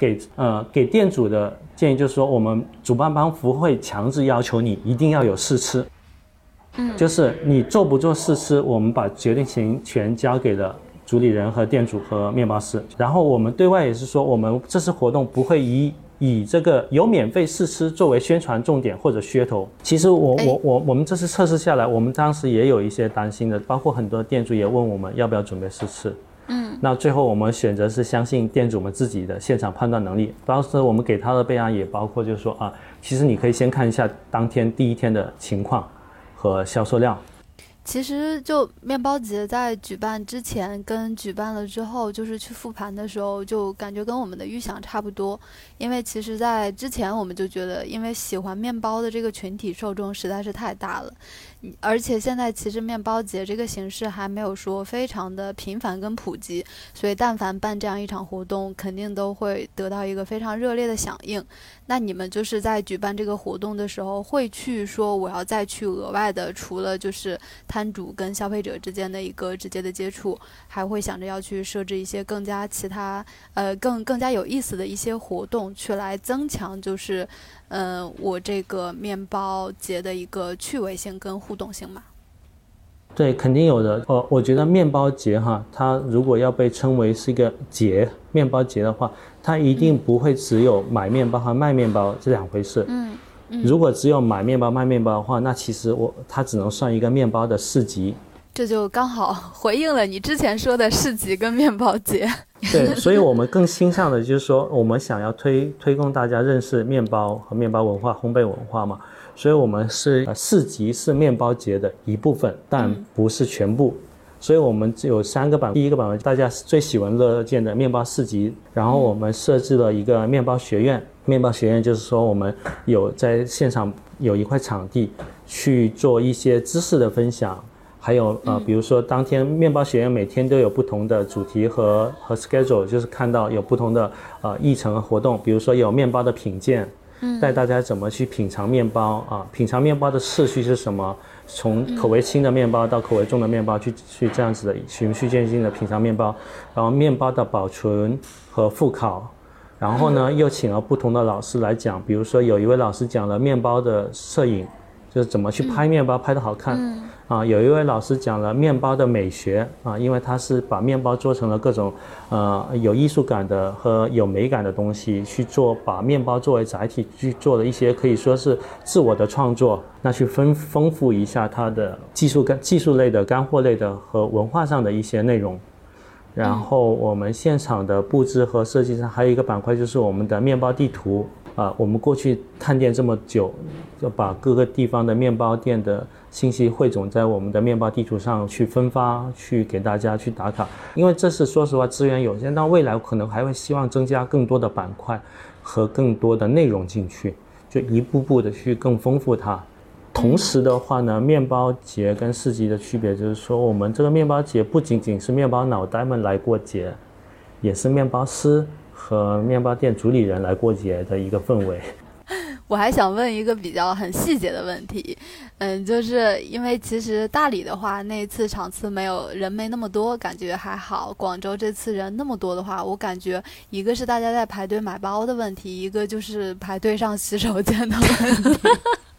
给店主的建议就是说，我们主办方不会强制要求你一定要有试吃，就是你做不做试吃，我们把决定权交给了主理人和店主和面包师。然后我们对外也是说，我们这次活动不会以这个有免费试吃作为宣传重点或者噱头。其实我们这次测试下来，我们当时也有一些担心的，包括很多店主也问我们要不要准备试吃。那最后我们选择是相信店主们自己的现场判断能力。当时我们给他的备案也包括就是说其实你可以先看一下当天第一天的情况和销售量。 其实就面包节在举办之前跟举办了之后，就是去复盘的时候，就感觉跟我们的预想差不多。因为其实在之前我们就觉得，因为喜欢面包的这个群体受众实在是太大了，而且现在其实面包节这个形式还没有说非常的频繁跟普及，所以但凡办这样一场活动，肯定都会得到一个非常热烈的响应。那你们就是在举办这个活动的时候，会去说我要再去额外的，除了就是摊主跟消费者之间的一个直接的接触，还会想着要去设置一些更加其他更加有意思的一些活动，去来增强就是我这个面包节的一个趣味性跟互动性嘛。 对，肯定有的。我觉得面包节它如果要被称为是一个节，面包节的话，它一定不会只有买面包和卖面包这两回事。如果只有买面包卖面包的话，那其实它只能算一个面包的市集。 这就刚好回应了你之前说的市集跟面包节。 对，所以我们更倾向的就是说，我们想要推供大家认识面包和面包文化、烘焙文化嘛。所以我们是市集是面包节的一部分，但不是全部。所以我们有3个版，第一个版本大家最喜闻乐见的面包市集，然后我们设置了一个面包学院。面包学院就是说我们有在现场有一块场地去做一些知识的分享，还有比如说当天面包学院每天都有不同的主题和 schedule， 就是看到有不同的议程和活动，比如说有面包的品鉴，带大家怎么去品尝面包品尝面包的次序是什么，从口味轻的面包到口味重的面包去这样子的循序渐进的品尝面包，然后面包的保存和复烤。然后呢又请了不同的老师来讲，比如说有一位老师讲了面包的摄影，就是怎么去拍面包拍得好看有一位老师讲了面包的美学因为他是把面包做成了各种有艺术感的和有美感的东西去做，把面包作为载体去做了一些可以说是自我的创作，那去丰富一下它的技术类的干货类的和文化上的一些内容。然后我们现场的布置和设计上还有一个板块，就是我们的面包地图我们过去探店这么久，就把各个地方的面包店的信息汇总在我们的面包地图上去分发，去给大家去打卡。因为这是说实话资源有限，但未来可能还会希望增加更多的板块和更多的内容进去，就一步步的去更丰富它。同时的话呢，面包节跟市集的区别就是说，我们这个面包节不仅仅是面包脑袋们来过节，也是面包师和面包店主理人来过节的一个氛围。 我还想问一个比较很细节的问题，就是因为其实大理的话那次场次人没那么多，感觉还好。广州这次人那么多的话，我感觉一个是大家在排队买包的问题，一个就是排队上洗手间的问题。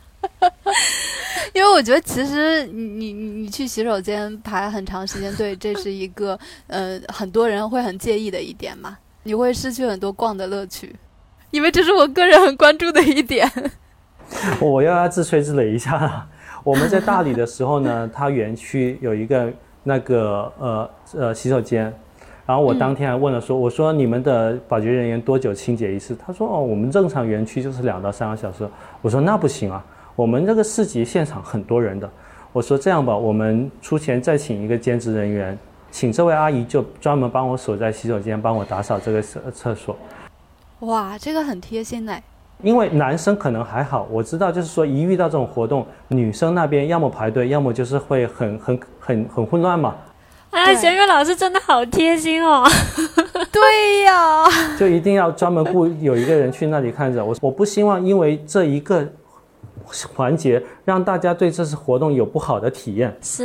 因为我觉得其实你去洗手间排很长时间队，这是一个很多人会很介意的一点嘛，你会失去很多逛的乐趣，因为这是我个人很关注的一点。 我要自吹自擂一下了。我们在大理的时候呢，它园区有一个那个洗手间，然后我当天还问了说，我说你们的保洁人员多久清洁一次？他说我们正常园区就是2到3个小时。我说那不行啊，我们这个市集现场很多人的。我说这样吧，我们出钱再请一个兼职人员，请这位阿姨就专门帮我守在洗手间，帮我打扫这个厕所。 哇，这个很贴心哎。 因为男生可能还好，我知道就是说一遇到这种活动，女生那边要么排队，要么就是会很混乱嘛。 玄宇老师真的好贴心哦。 对呀， 就一定要专门有一个人去那里看着。我不希望因为这一个环节让大家对这次活动有不好的体验。 是。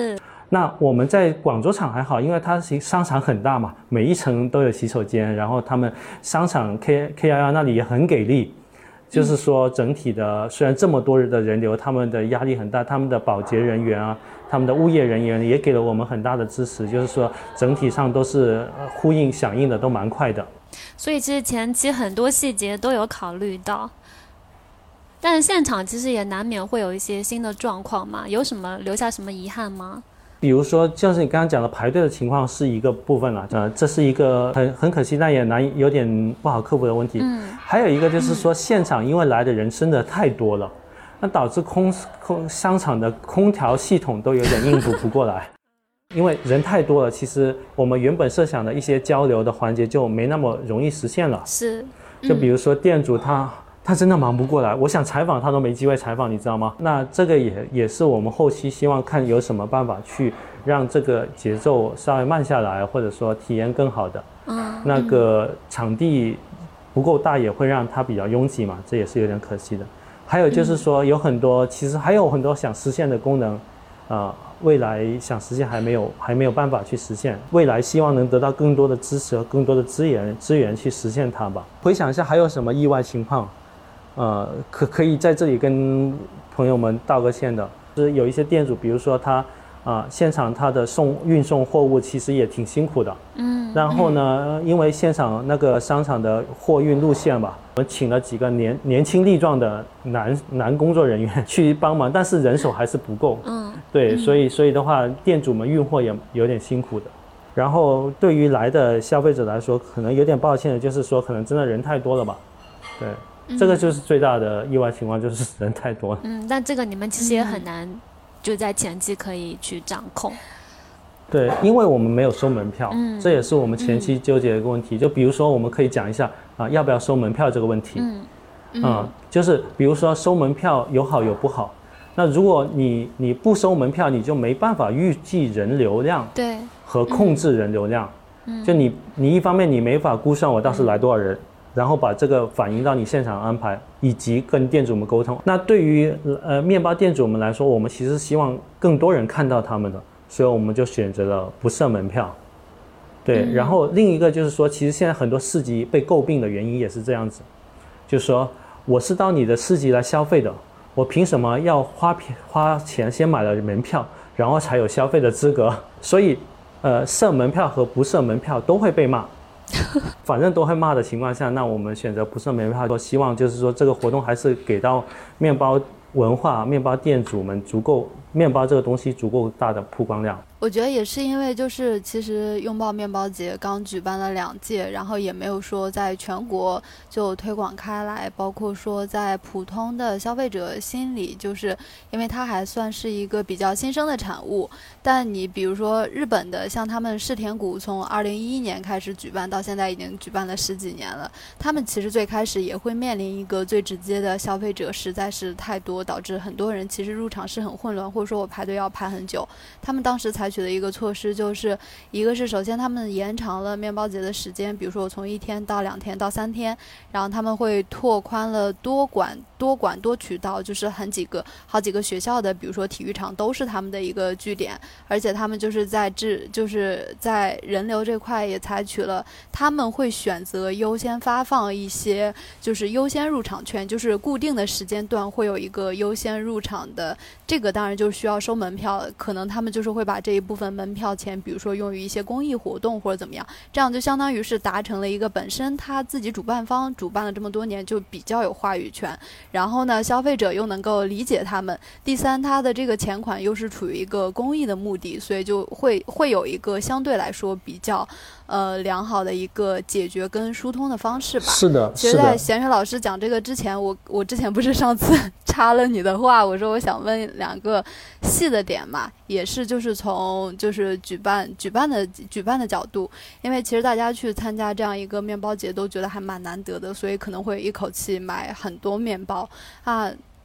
那我们在广州厂还好，因为它是商场很大嘛，每一层都有洗手间，然后他们商场 K11那里也很给力，就是说整体的虽然这么多日的人流，他们的压力很大，他们的保洁人员啊，他们的物业人员也给了我们很大的支持，就是说整体上都是呼应响应的都蛮快的。 所以其实前期很多细节都有考虑到，但是现场其实也难免会有一些新的状况嘛，有什么留下什么遗憾吗？ 比如说就是你刚刚讲的排队的情况是一个部分了，这是一个很可惜但也有点不好克服的问题。还有一个就是说现场因为来的人真的太多了，那导致商场的空调系统都有点应付不过来。因为人太多了，其实我们原本设想的一些交流的环节就没那么容易实现了。 是， 就比如说店主他真的忙不过来，我想采访他都没机会采访，你知道吗？那这个也是我们后期希望看有什么办法去让这个节奏稍微慢下来，或者说体验更好的。那个场地不够大也会让它比较拥挤嘛，这也是有点可惜的。还有就是说其实还有很多想实现的功能，未来想实现还没有办法去实现，未来希望能得到更多的支持和更多的资源去实现它吧。回想一下还有什么意外情况，可以在这里跟朋友们道个歉的，就是有一些店主，比如说他现场他的运送货物其实也挺辛苦的，然后呢，因为现场那个商场的货运路线吧，我们请了几个年轻力壮的男工作人员去帮忙，但是人手还是不够，对，所以的话，店主们运货也有点辛苦的。然后对于来的消费者来说，可能有点抱歉的，就是说可能真的人太多了吧，对，这个就是最大的意外情况，就是人太多了。 但这个你们其实也很难就在前期可以去掌控。 对，因为我们没有收门票，这也是我们前期纠结的一个问题。就比如说，我们可以讲一下要不要收门票这个问题。就是比如说收门票有好有不好。那如果你不收门票，你就没办法预计人流量，对，和控制人流量。就你一方面你没法估算我到时来多少人，然后把这个反映到你现场安排，以及跟店主们沟通。那对于面包店主们来说，我们其实希望更多人看到他们的，所以我们就选择了不设门票。对，然后另一个就是说，其实现在很多市集被诟病的原因也是这样子，就是说我是到你的市集来消费的，我凭什么要花钱先买了门票，然后才有消费的资格？所以设门票和不设门票都会被骂。反正都会骂的情况下，那我们选择不设门票，希望就是说这个活动还是给到面包文化、面包店主们面包这个东西足够大的曝光量。 我觉得也是因为就是其实拥抱面包节刚举办了2届，然后也没有说在全国就推广开来，包括说在普通的消费者心里，就是因为它还算是一个比较新生的产物。但你比如说日本的像他们世田谷从2011年开始举办到现在已经举办了10几年了，他们其实最开始也会面临一个最直接的消费者实在是太多，导致很多人其实入场是很混乱，或者说我排队要排很久。他们当时采取的一个措施就是一个是首先他们延长了面包节的时间，比如说我从1天到2天到3天，然后他们会拓宽了多管多渠道，就是好几个学校的比如说体育场都是他们的一个据点，而且他们就是在人流这块也采取了他们会选择优先发放一些就是优先入场券，就是固定的时间段会有一个优先入场的，这个当然就需要收门票，可能他们就是会把这一部分门票钱比如说用于一些公益活动或者怎么样，这样就相当于是达成了一个本身他自己主办方主办了这么多年就比较有话语权，然后呢消费者又能够理解他们，第三他的这个钱款又是处于一个公益的目的，所以就会有一个相对来说比较良好的一个解决跟疏通的方式吧。 是的， 其实在咸水老师讲这个之前，我之前不是上次插了你的话，我说我想问2个细的点嘛，也是就是从就是举办的角度，因为其实大家去参加这样一个面包节都觉得还蛮难得的，所以可能会一口气买很多面包啊。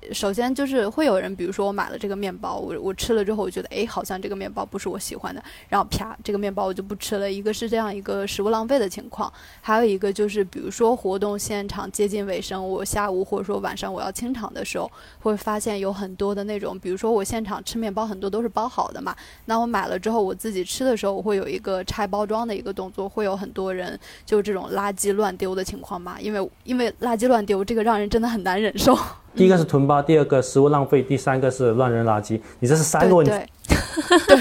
首先就是会有人，比如说我买了这个面包，我吃了之后，我觉得哎，好像这个面包不是我喜欢的，然后啪，这个面包我就不吃了。一个是这样一个食物浪费的情况，还有一个就是比如说活动现场接近尾声，我下午或者说晚上我要清场的时候，会发现有很多的那种，比如说我现场吃面包很多都是包好的嘛，那我买了之后我自己吃的时候，我会有一个拆包装的一个动作，会有很多人就这种垃圾乱丢的情况嘛，因为垃圾乱丢这个让人真的很难忍受。 第一个是囤包，第二个食物浪费，第三个是乱扔垃圾，你这是3个问题。 对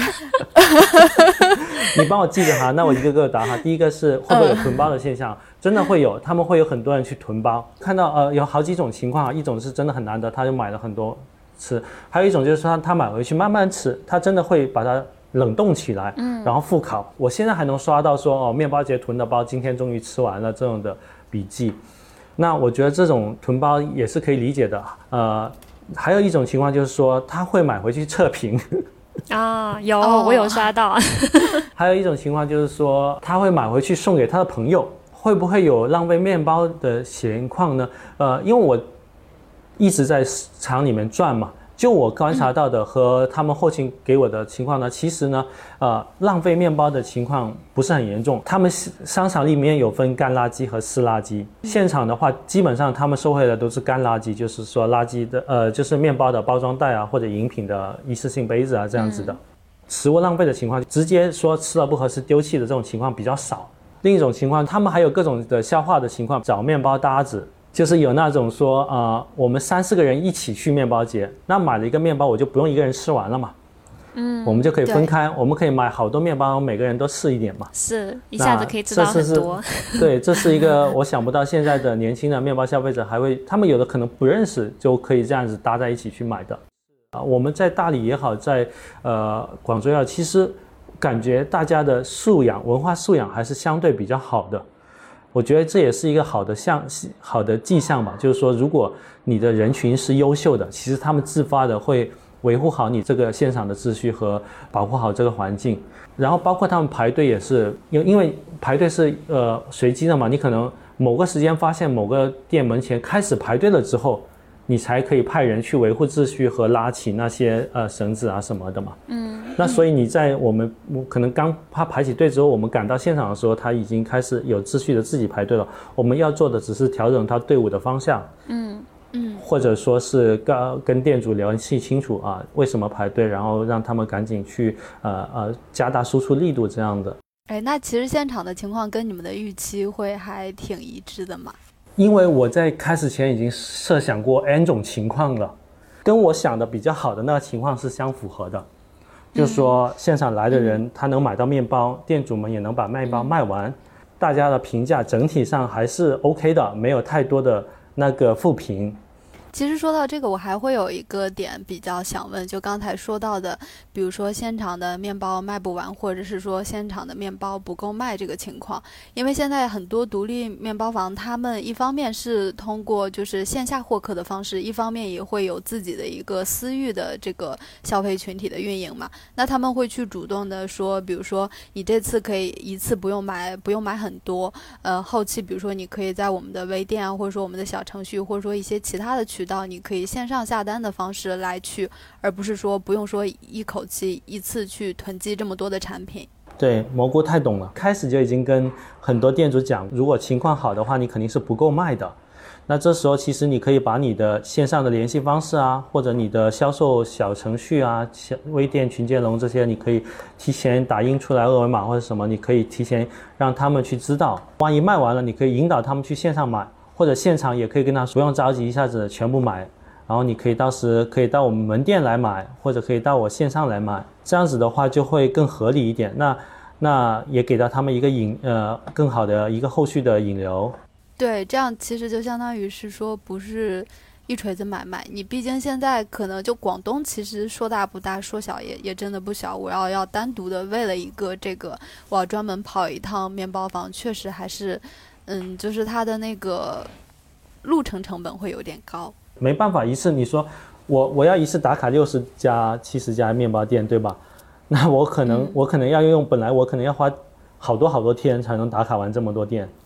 你帮我记着哈，那我一个个答哈。第一个是会不会有囤包的现象？真的会有，他们会有很多人去囤包。看到有好几种情况，一种是真的很难得，他就买了很多吃；还有一种就是说他买回去慢慢吃，他真的会把它冷冻起来，然后复烤。我现在还能刷到说面包节囤的包今天终于吃完了这种的笔记。那我觉得这种囤包也是可以理解的。还有一种情况就是说他会买回去测评。 我有刷到。 还有一种情况就是说他会买回去送给他的朋友，会不会有浪费面包的情况呢？因为我一直在厂里面转嘛，就我观察到的和他们后勤给我的情况呢，其实呢，浪费面包的情况不是很严重。他们商场里面有分干垃圾和湿垃圾，现场的话，基本上他们收回的都是干垃圾，就是说垃圾的，就是面包的包装袋啊，或者饮品的一次性杯子啊这样子的。食物浪费的情况，直接说吃了不合适丢弃的这种情况比较少。另一种情况，他们还有各种的消化的情况，找面包搭子。就是有那种说我们3-4个人一起去面包节，那买了一个面包我就不用一个人吃完了嘛，我们就可以分开，我们可以买好多面包，每个人都试一点嘛， 是一下子可以吃到很多。 对，这是一个我想不到现在的年轻的面包消费者还会，他们有的可能不认识就可以这样子搭在一起去买的。我们在大理也好，在广州也好，其实感觉大家的文化素养还是相对比较好的。我觉得这也是一个好的迹象吧，就是说如果你的人群是优秀的，其实他们自发的会维护好你这个现场的秩序和保护好这个环境。然后包括他们排队也是，因为排队是随机的嘛，你可能某个时间发现某个店门前开始排队了之后，你才可以派人去维护秩序和拉起那些绳子啊什么的嘛。那所以你在我们可能刚排起队之后，我们赶到现场的时候，他已经开始有秩序的自己排队了。我们要做的只是调整他队伍的方向，或者说是跟店主联系清楚为什么排队，然后让他们赶紧去加大输出力度这样的。 那其实现场的情况跟你们的预期会还挺一致的嘛？ 因为我在开始前已经设想过 N 种情况了，跟我想的比较好的那个情况是相符合的。就是说现场来的人他能买到面包，店主们也能把面包卖完，大家的评价整体上还是 OK 的，没有太多的那个负评。 其实说到这个，我还会有一个点比较想问，就刚才说到的，比如说现场的面包卖不完，或者是说现场的面包不够卖这个情况。因为现在很多独立面包房，他们一方面是通过就是线下获客的方式，一方面也会有自己的一个私域的这个消费群体的运营嘛。那他们会去主动的说，比如说你这次可以一次不用买很多，后期比如说你可以在我们的微店啊，或者说我们的小程序，或者说一些其他的渠道，你可以线上下单的方式来去，而不是说不用说一口气一次去囤积这么多的产品。 对，蘑菇太懂了，开始就已经跟很多店主讲，如果情况好的话，你肯定是不够卖的。那这时候其实你可以把你的线上的联系方式啊，或者你的销售小程序啊，微店群接龙这些，你可以提前打印出来二维码或者什么，你可以提前让他们去知道，万一卖完了，你可以引导他们去线上买，或者现场也可以跟他说不用着急一下子全部买，然后你可以到时可以到我们门店来买，或者可以到我线上来买，这样子的话就会更合理一点。那也给到他们一个更好的一个后续的引流。 对，这样其实就相当于是说不是一锤子买卖，你毕竟现在可能就广东其实说大不大，说小也真的不小。我要单独的为了一个这个我要专门跑一趟面包房，确实还是就是它的那个路程成本会有点高。 没办法，一次你说我要一次打卡60家70家面包店，对吧？那我可能要用，本来我可能要花好多天才能打卡完这么多店。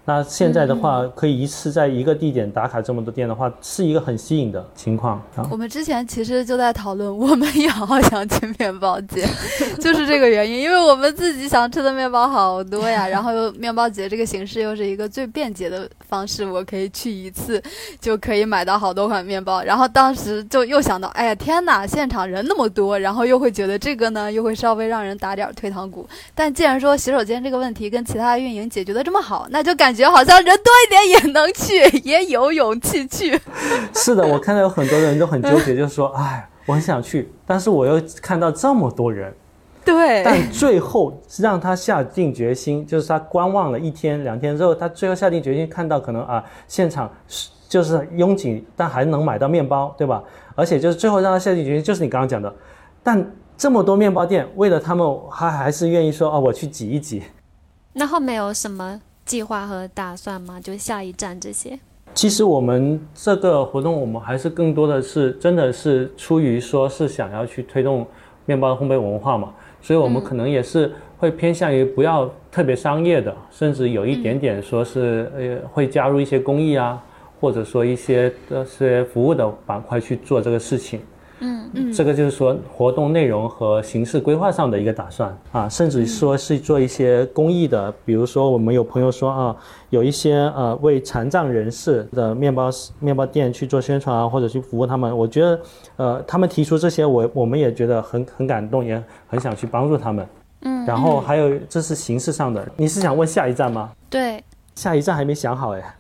那现在的话，可以一次在一个地点打卡这么多店的话，是一个很吸引的情况啊。 我们之前其实就在讨论，我们也好想去面包节，就是这个原因，因为我们自己想吃的面包好多呀，然后面包节这个形式又是一个最便捷的方式，我可以去一次就可以买到好多款面包。然后当时就又想到，哎呀天哪，现场人那么多，然后又会觉得这个呢又会稍微让人打点退堂鼓。但既然说洗手间这个问题跟其他运营解决的这么好，那就感觉好像人多一点也能去，也有勇气去。 是的，我看到有很多人都很纠结，就是说，哎，我很想去，但是我又看到这么多人， 对， 但最后让他下定决心，就是他观望了1天2天之后，他最后下定决心，看到可能现场就是拥挤，但还能买到面包，对吧？而且就是最后让他下定决心，就是你刚刚讲的，但这么多面包店，为了他们，还是愿意说我去挤一挤。 那后面有什么计划和打算吗？就下一站这些。 其实我们这个活动，我们还是更多的是真的是出于说是想要去推动面包烘焙文化嘛，所以我们可能也是会偏向于不要特别商业的，甚至有一点点说是会加入一些公益啊，或者说一些服务的板块去做这个事情。这个就是说活动内容和形式规划上的一个打算啊，甚至说是做一些公益的，比如说我们有朋友说有一些为残障人士的面包店去做宣传啊，或者去服务他们。我觉得他们提出这些，我们也觉得很感动，也很想去帮助他们。然后还有这是形式上的，你是想问下一站吗？ 对， 下一站还没想好哎，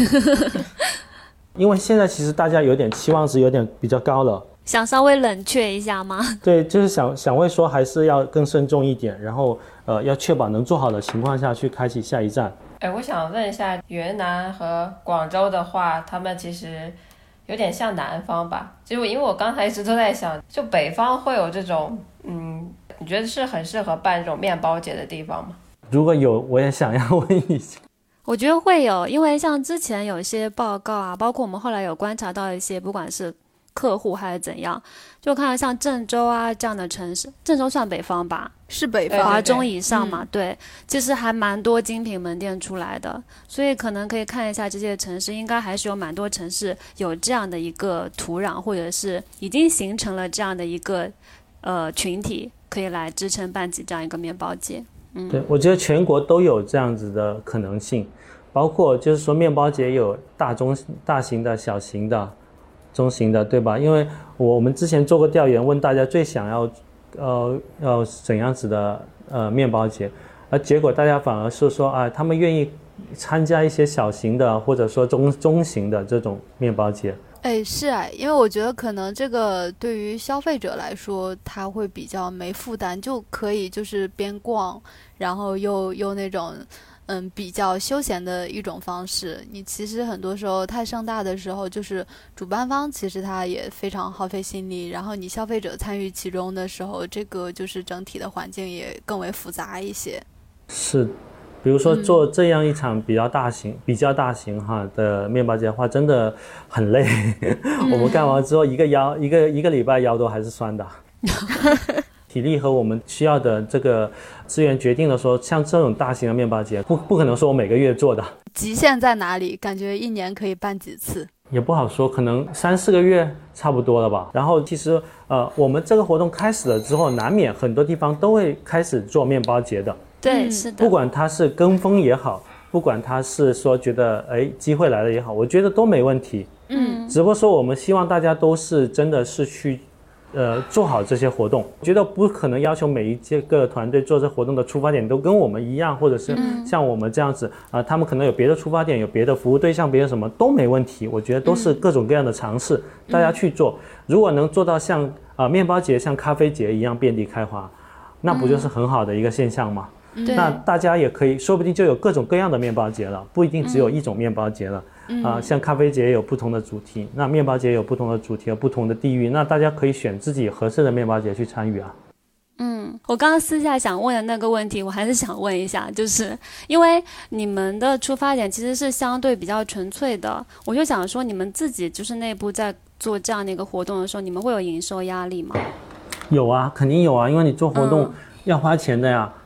因为现在其实大家有点期望值有点比较高了。 想稍微冷却一下吗？ 对，就是想会说还是要更慎重一点，然后要确保能做好的情况下去开启下一站。 我想问一下，云南和广州的话，他们其实有点像南方吧？就因为我刚才一直都在想，就北方会有这种你觉得是很适合办这种面包节的地方吗？ 如果有，我也想要问一下。 我觉得会有，因为像之前有一些报告啊，包括我们后来有观察到一些，不管是客户还是怎样，就看到像郑州啊这样的城市，郑州算北方吧， 是北方， 华中以上嘛，对，其实还蛮多精品门店出来的，所以可能可以看一下这些城市，应该还是有蛮多城市有这样的一个土壤，或者是已经形成了这样的一个群体，可以来支撑办起这样一个面包节。 对，我觉得全国都有这样子的可能性，包括就是说面包节有大型的、小型的、中型的，对吧？因为我们之前做过调研，问大家最想要怎样子的面包节，而结果大家反而是说他们愿意参加一些小型的或者说中型的这种面包节。 是因为我觉得可能这个对于消费者来说，他会比较没负担，就可以就是边逛，然后又那种比较休闲的一种方式。你其实很多时候太盛大的时候，就是主办方其实他也非常耗费心力，然后你消费者参与其中的时候，这个就是整体的环境也更为复杂一些。 是，比如说做这样一场比较大型的面包节的话，真的很累。我们干完之后一个礼拜腰都还是酸的。体力和我们需要的这个资源决定了说，像这种大型的面包节不可能说我每个月做的。 极限在哪里？感觉一年可以办几次？ 也不好说，可能3-4个月差不多了吧。然后其实我们这个活动开始了之后，难免很多地方都会开始做面包节的。 对，是的。 不管它是跟风也好，不管它是说觉得机会来了也好，我觉得都没问题。只不过说我们希望大家都是真的是去做好这些活动。我觉得不可能要求每一个团队做这活动的出发点都跟我们一样，或者是像我们这样子他们可能有别的出发点，有别的服务对象，别的什么都没问题。我觉得都是各种各样的尝试，大家去做。如果能做到像面包节、像咖啡节一样遍地开花，那不就是很好的一个现象吗？那大家也可以，说不定就有各种各样的面包节了，不一定只有一种面包节了。像咖啡节有不同的主题，那面包节有不同的主题，有不同的地域，那大家可以选自己合适的面包节去参与啊。 我刚刚私下想问的那个问题，我还是想问一下，就是因为你们的出发点其实是相对比较纯粹的，我就想说，你们自己就是内部在做这样的一个活动的时候，你们会有营收压力吗？ 有啊，肯定有啊，因为你做活动要花钱的呀。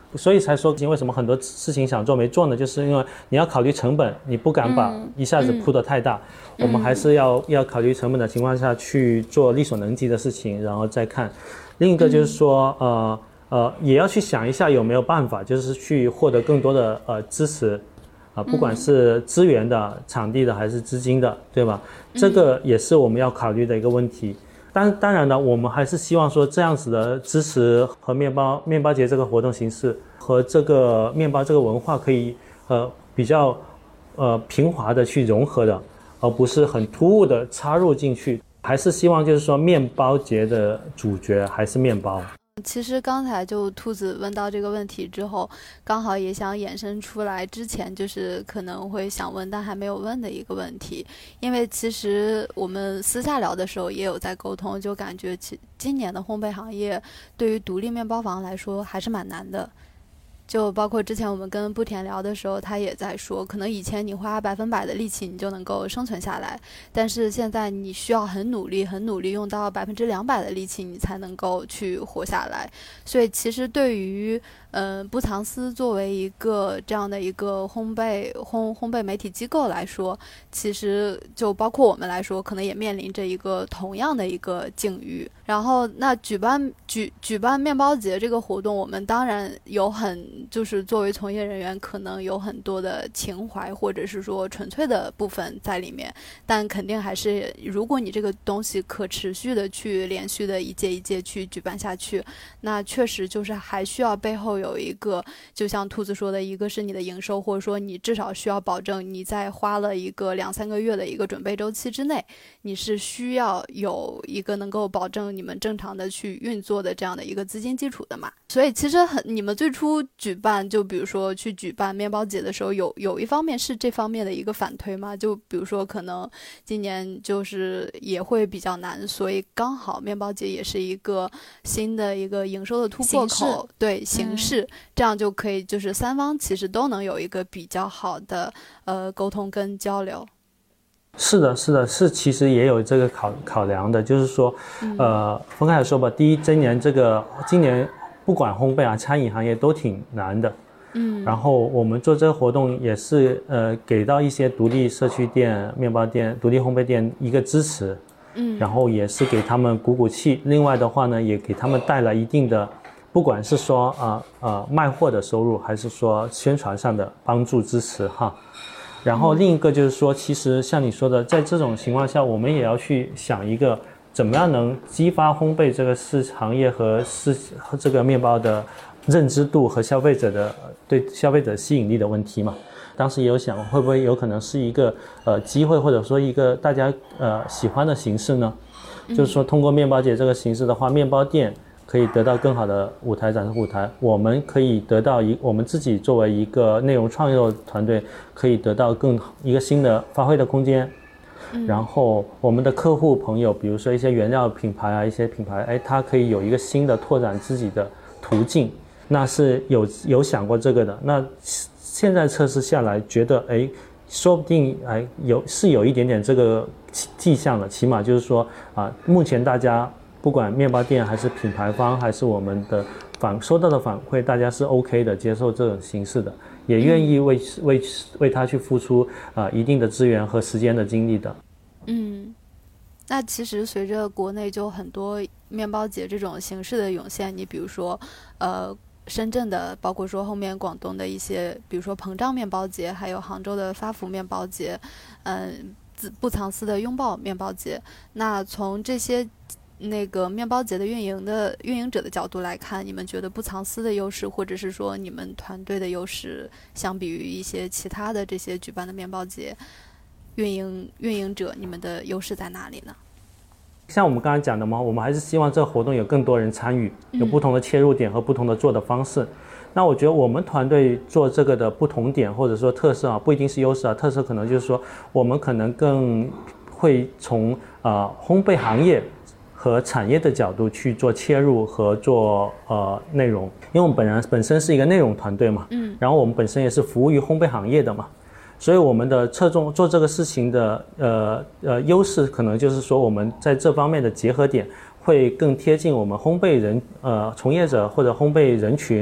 所以才说为什么很多事情想做没做呢，就是因为你要考虑成本，你不敢把一下子铺得太大，我们还是要考虑成本的情况下去做力所能及的事情，然后再看。另一个就是说也要去想一下有没有办法，就是去获得更多的支持不管是资源的、场地的还是资金的，对吧？这个也是我们要考虑的一个问题。当然呢，我们还是希望说这样子的支持和面包节这个活动形式和这个面包这个文化可以比较平滑的去融合的，而不是很突兀的插入进去。还是希望就是说面包节的主角还是面包。 其实刚才就兔子问到这个问题之后，刚好也想衍生出来之前就是可能会想问但还没有问的一个问题。因为其实我们私下聊的时候也有在沟通，就感觉今年的烘焙行业对于独立面包房来说还是蛮难的。就包括之前我们跟不甜聊的时候，他也在说，可能以前你花100%的力气你就能够生存下来，但是现在你需要很努力用到200%的力气你才能够去活下来。所以其实对于不藏私作为一个这样的一个烘焙媒体机构来说，其实就包括我们来说，可能也面临着一个同样的一个境遇。然后那举办面包节这个活动，我们当然有就是作为从业人员可能有很多的情怀或者是说纯粹的部分在里面，但肯定还是如果你这个东西可持续的去连续的一届一届去举办下去，那确实就是还需要背后有一个，就像兔子说的，一个是你的营收，或者说你至少需要保证你在花了一个2-3个月的一个准备周期之内，你是需要有一个能够保证你们正常的去运作的这样的一个资金基础的嘛。所以其实你们最初举办，就比如说去举办面包节的时候，有一方面是这方面的一个反推吗？就比如说可能今年就是也会比较难，所以刚好面包节也是一个新的一个营收的突破口，对形式，这样就可以就是三方其实都能有一个比较好的沟通跟交流。 是的，其实也有这个考量的，就是说分开来说吧。第一，今年不管烘焙餐饮行业都挺难的，然后我们做这个活动也是给到一些独立社区店、面包店、独立烘焙店一个支持，然后也是给他们鼓气。另外的话呢，也给他们带来一定的，不管是说卖货的收入，还是说宣传上的帮助支持哈。然后另一个就是说，其实像你说的，在这种情况下，我们也要去想一个怎么样能激发烘焙这个行业和这个面包的认知度和对消费者吸引力的问题嘛。当时也有想，会不会有可能是一个机会，或者说一个大家喜欢的形式呢？就是说通过面包节这个形式的话，面包店可以得到更好的展示舞台，我们可以得到我们自己作为一个内容创作团队可以得到一个新的发挥的空间。然后我们的客户朋友，比如说一些原料品牌一些品牌，它可以有一个新的拓展自己的途径，那是有想过这个的。那现在测试下来，觉得说不定有一点点这个迹象了，起码就是说目前大家不管面包店还是品牌方还是我们的收到的反馈，大家是 OK 的，接受这种形式的，也愿意为他去付出一定的资源和时间的精力的。 那其实随着国内就很多面包节这种形式的涌现，你比如说深圳的，包括说后面广东的一些，比如说膨胀面包节，还有杭州的发福面包节，不藏私的拥抱面包节。那从这些那个面包节的运营者的角度来看，你们觉得不藏私的优势，或者是说你们团队的优势，相比于一些其他的这些举办的面包节运营者，你们的优势在哪里呢？ 像我们刚才讲的嘛，我们还是希望这个活动有更多人参与，有不同的切入点和不同的做的方式。那我觉得我们团队做这个的不同点或者说特色不一定是优势特色可能就是说我们可能更会从烘焙行业和产业的角度去做切入和做内容，因为我们本身是一个内容团队嘛，然后我们本身也是服务于烘焙行业的嘛，所以我们的侧重做这个事情的优势可能就是说我们在这方面的结合点会更贴近我们烘焙从业者或者烘焙人群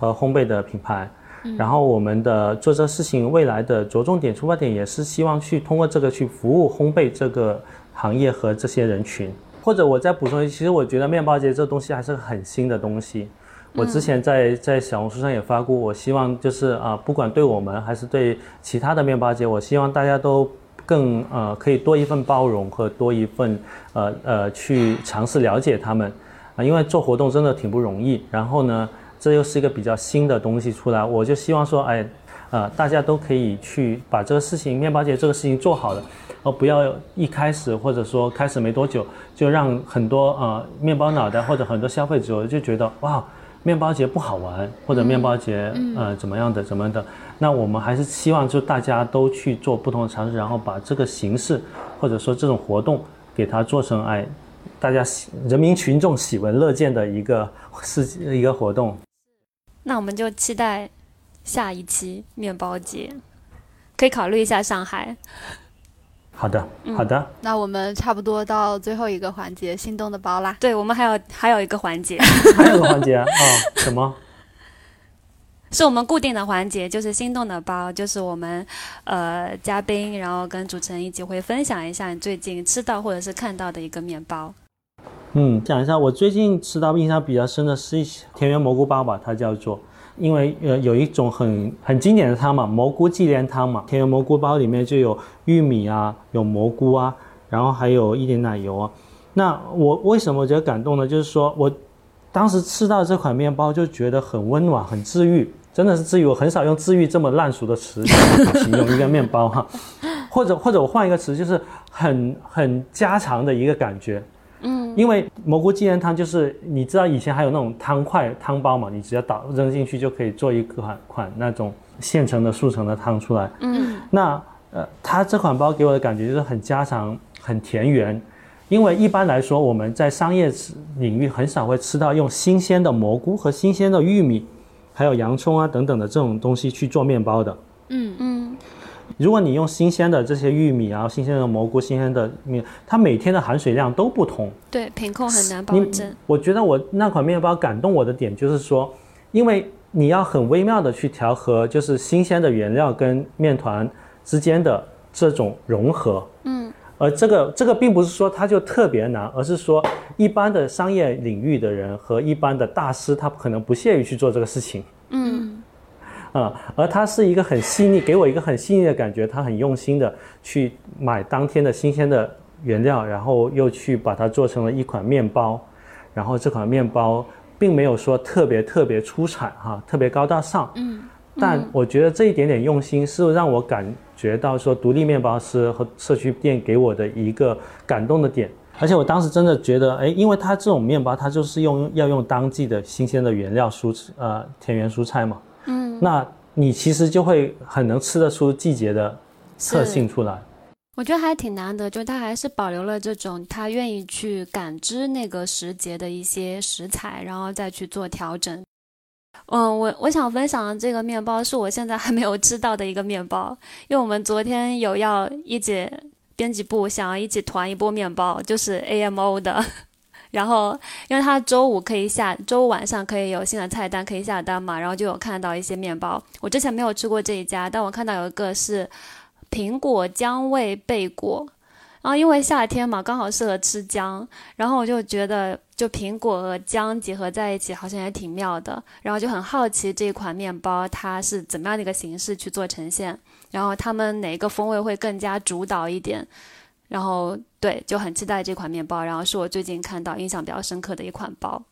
和烘焙的品牌。然后我们的做这事情未来的着重点出发点也是希望去通过这个去服务烘焙这个行业和这些人群。或者我再补充，其实我觉得面包节这东西还是很新的东西。我之前在小红书上也发过，我希望就是不管对我们还是对其他的面包节，我希望大家都更可以多一份包容和多一份去尝试了解他们因为做活动真的挺不容易。然后呢，这又是一个比较新的东西出来，我就希望说，大家都可以去把这个事情，面包节这个事情做好了，而不要一开始或者说开始没多久就让很多面包脑袋或者很多消费者就觉得哇，面包节不好玩，或者面包节怎么样的。那我们还是希望就大家都去做不同的尝试，然后把这个形式或者说这种活动给它做成大家人民群众喜闻乐见的一个活动。 那我们就期待下一期面包节，可以考虑一下上海。 好的，好的。 那我们差不多到最后一个环节，心动的包啦。 对，我们还有一个环节， 还有一个环节什么？ 是我们固定的环节，就是心动的包，就是我们嘉宾然后跟主持人一起会分享一下你最近吃到或者是看到的一个面包。 讲一下我最近吃到印象比较深的是田园蘑菇包吧，它叫做，因为有一种很经典的汤嘛，蘑菇忌廉汤嘛，田园蘑菇包里面就有玉米啊，有蘑菇啊，然后还有一点奶油啊。那我为什么我觉得感动呢？就是说我当时吃到这款面包就觉得很温暖，很治愈，真的是治愈。我很少用治愈这么烂俗的词形容一个面包或者我换一个词，就是很家常的一个感觉。因为蘑菇忌廉汤就是你知道以前还有那种汤块汤包嘛，你只要扔进去就可以做一款那种现成的速成的汤出来。那它这款包给我的感觉就是很家常，很田园。因为一般来说我们在商业领域很少会吃到用新鲜的蘑菇和新鲜的玉米还有洋葱啊等等的这种东西去做面包的。如果你用新鲜的这些玉米啊，新鲜的蘑菇，新鲜的面，它每天的含水量都不同。 对，品控很难保证。 我觉得我那款面包感动我的点就是说，因为你要很微妙的去调和，就是新鲜的原料跟面团之间的这种融合。而这个并不是说它就特别难，而是说一般的商业领域的人和一般的大师，他可能不屑于去做这个事情。而它是一个很细腻，给我一个很细腻的感觉，他很用心的去买当天的新鲜的原料，然后又去把它做成了一款面包，然后这款面包并没有说特别出彩特别高大上，但我觉得这一点点用心是让我感觉到说独立面包师和社区店给我的一个感动的点。而且我当时真的觉得因为它这种面包它就是要用当季的新鲜的原料田园蔬菜嘛，那你其实就会很能吃得出季节的特性出来。 我觉得还挺难得，就他还是保留了这种他愿意去感知那个时节的一些食材，然后再去做调整。我想分享的这个面包是我现在还没有吃到的一个面包，因为我们昨天有要一起编辑部想要一起团一波面包，就是 AMO 的。然后因为他周五晚上可以有新的菜单可以下单嘛，然后就有看到一些面包，我之前没有吃过这一家，但我看到有一个是苹果姜味贝果，然后因为夏天嘛刚好适合吃姜，然后我就觉得就苹果和姜结合在一起好像也挺妙的，然后就很好奇这款面包它是怎么样的一个形式去做呈现，然后他们哪个风味会更加主导一点，然后对，就很期待这款面包，然后是我最近看到印象比较深刻的一款包。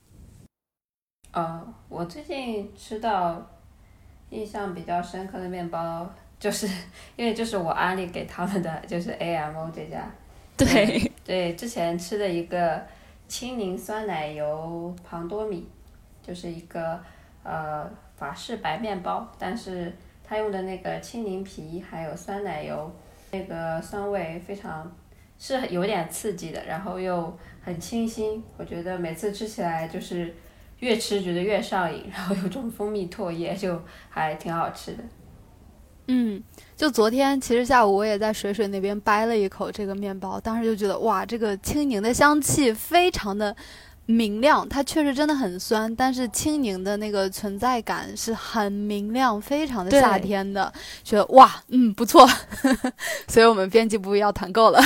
我最近吃到印象比较深刻的面包，就是因为就是我安利给他们的，就是 AMO 这家。对，之前吃的一个青柠酸奶油庞多米，就是一个法式白面包，但是它用的那个青柠皮还有酸奶油，那个酸味非常是有点刺激的，然后又很清新，我觉得每次吃起来就是越吃觉得越上瘾，然后有种蜂蜜唾液，就还挺好吃的。 就昨天其实下午我也在水那边掰了一口这个面包，当时就觉得哇，这个青柠的香气非常的明亮，它确实真的很酸，但是青柠的那个存在感是很明亮，非常的夏天的，觉得哇，不错，所以我们编辑部要团购了。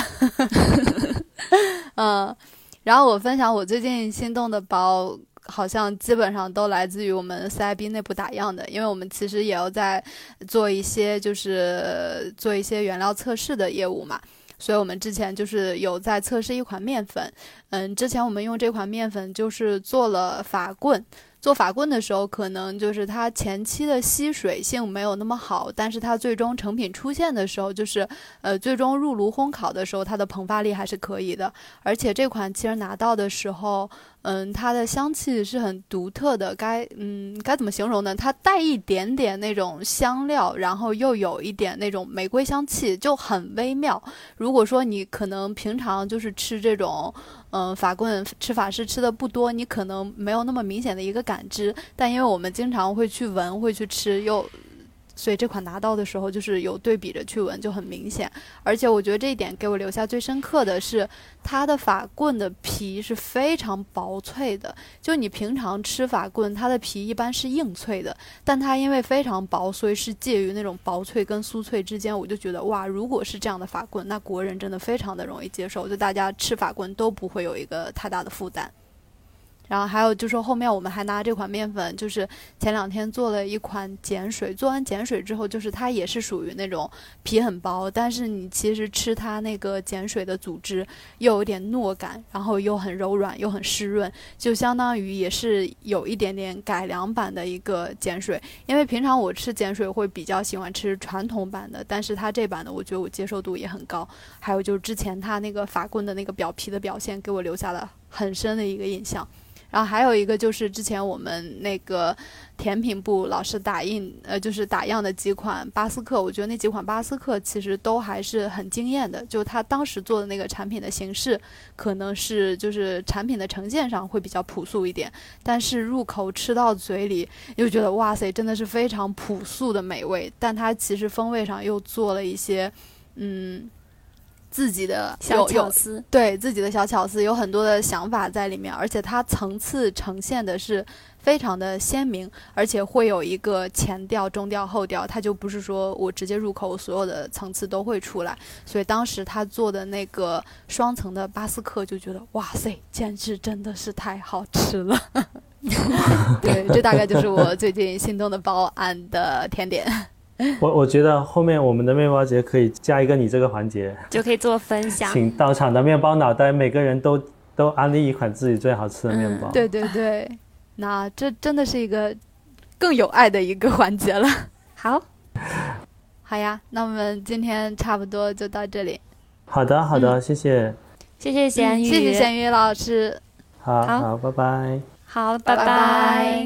然后我分享我最近心动的包，好像基本上都来自于我们 CIB 内部打样的，因为我们其实也要在做一些原料测试的业务嘛。所以我们之前就是有在测试一款面粉，之前我们用这款面粉就是做了法棍，做法棍的时候可能就是它前期的吸水性没有那么好，但是它最终成品出现的时候，就是最终入炉烘烤的时候，它的膨发力还是可以的。而且这款其实拿到的时候，它的香气是很独特的，该怎么形容呢？它带一点点那种香料，然后又有一点那种玫瑰香气，就很微妙。如果说你可能平常就是吃这种法棍吃法式吃的不多，你可能没有那么明显的一个感知，但因为我们经常会去闻会去吃，所以这款拿到的时候就是有对比着去闻，就很明显。而且我觉得这一点给我留下最深刻的是它的法棍的皮是非常薄脆的，就你平常吃法棍它的皮一般是硬脆的，但它因为非常薄，所以是介于那种薄脆跟酥脆之间。我就觉得哇，如果是这样的法棍，那国人真的非常的容易接受，就大家吃法棍都不会有一个太大的负担。然后还有就是后面我们还拿这款面粉，就是前2天做了一款碱水，做完碱水之后，就是它也是属于那种皮很薄，但是你其实吃它那个碱水的组织又有点糯感，然后又很柔软又很湿润，就相当于也是有一点点改良版的一个碱水。因为平常我吃碱水会比较喜欢吃传统版的，但是它这版的我觉得我接受度也很高。还有就是之前它那个法棍的那个表皮的表现给我留下了很深的一个印象。然后还有一个就是之前我们那个甜品部老师就是打样的几款巴斯克，我觉得那几款巴斯克其实都还是很惊艳的。就他当时做的那个产品的形式，可能是就是产品的呈现上会比较朴素一点，但是入口吃到嘴里又觉得哇塞，真的是非常朴素的美味。但它其实风味上又做了一些自己的小巧思， 对自己的小巧思，有很多的想法在里面，而且它层次呈现的是非常的鲜明，而且会有一个前调、中调、后调，它就不是说我直接入口所有的层次都会出来。所以当时他做的那个双层的巴斯克就觉得哇塞，简直真的是太好吃了。对，这大概就是我最近心动的包案的甜点。 我觉得后面我们的面包节可以加一个你这个环节， 就可以做分享， 请到场的面包脑袋每个人都安利一款自己最好吃的面包。 对对对，那这真的是一个更有爱的一个环节了。好呀，那我们今天差不多就到这里。 好的，谢谢咸鱼， 谢谢咸鱼老师。 好，拜拜。 好，拜拜。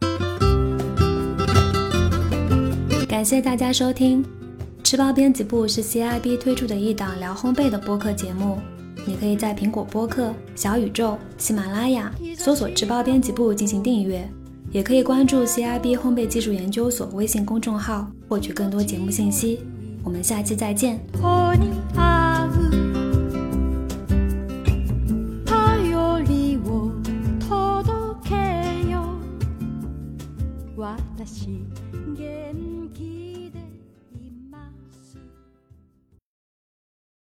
感谢大家收听，吃包编辑部是 CIB 推出的一档聊烘焙的播客节目。你可以在苹果播客、小宇宙、喜马拉雅搜索吃包编辑部进行订阅，也可以关注 CIB 烘焙技术研究所微信公众号获取更多节目信息。我们下期再见。私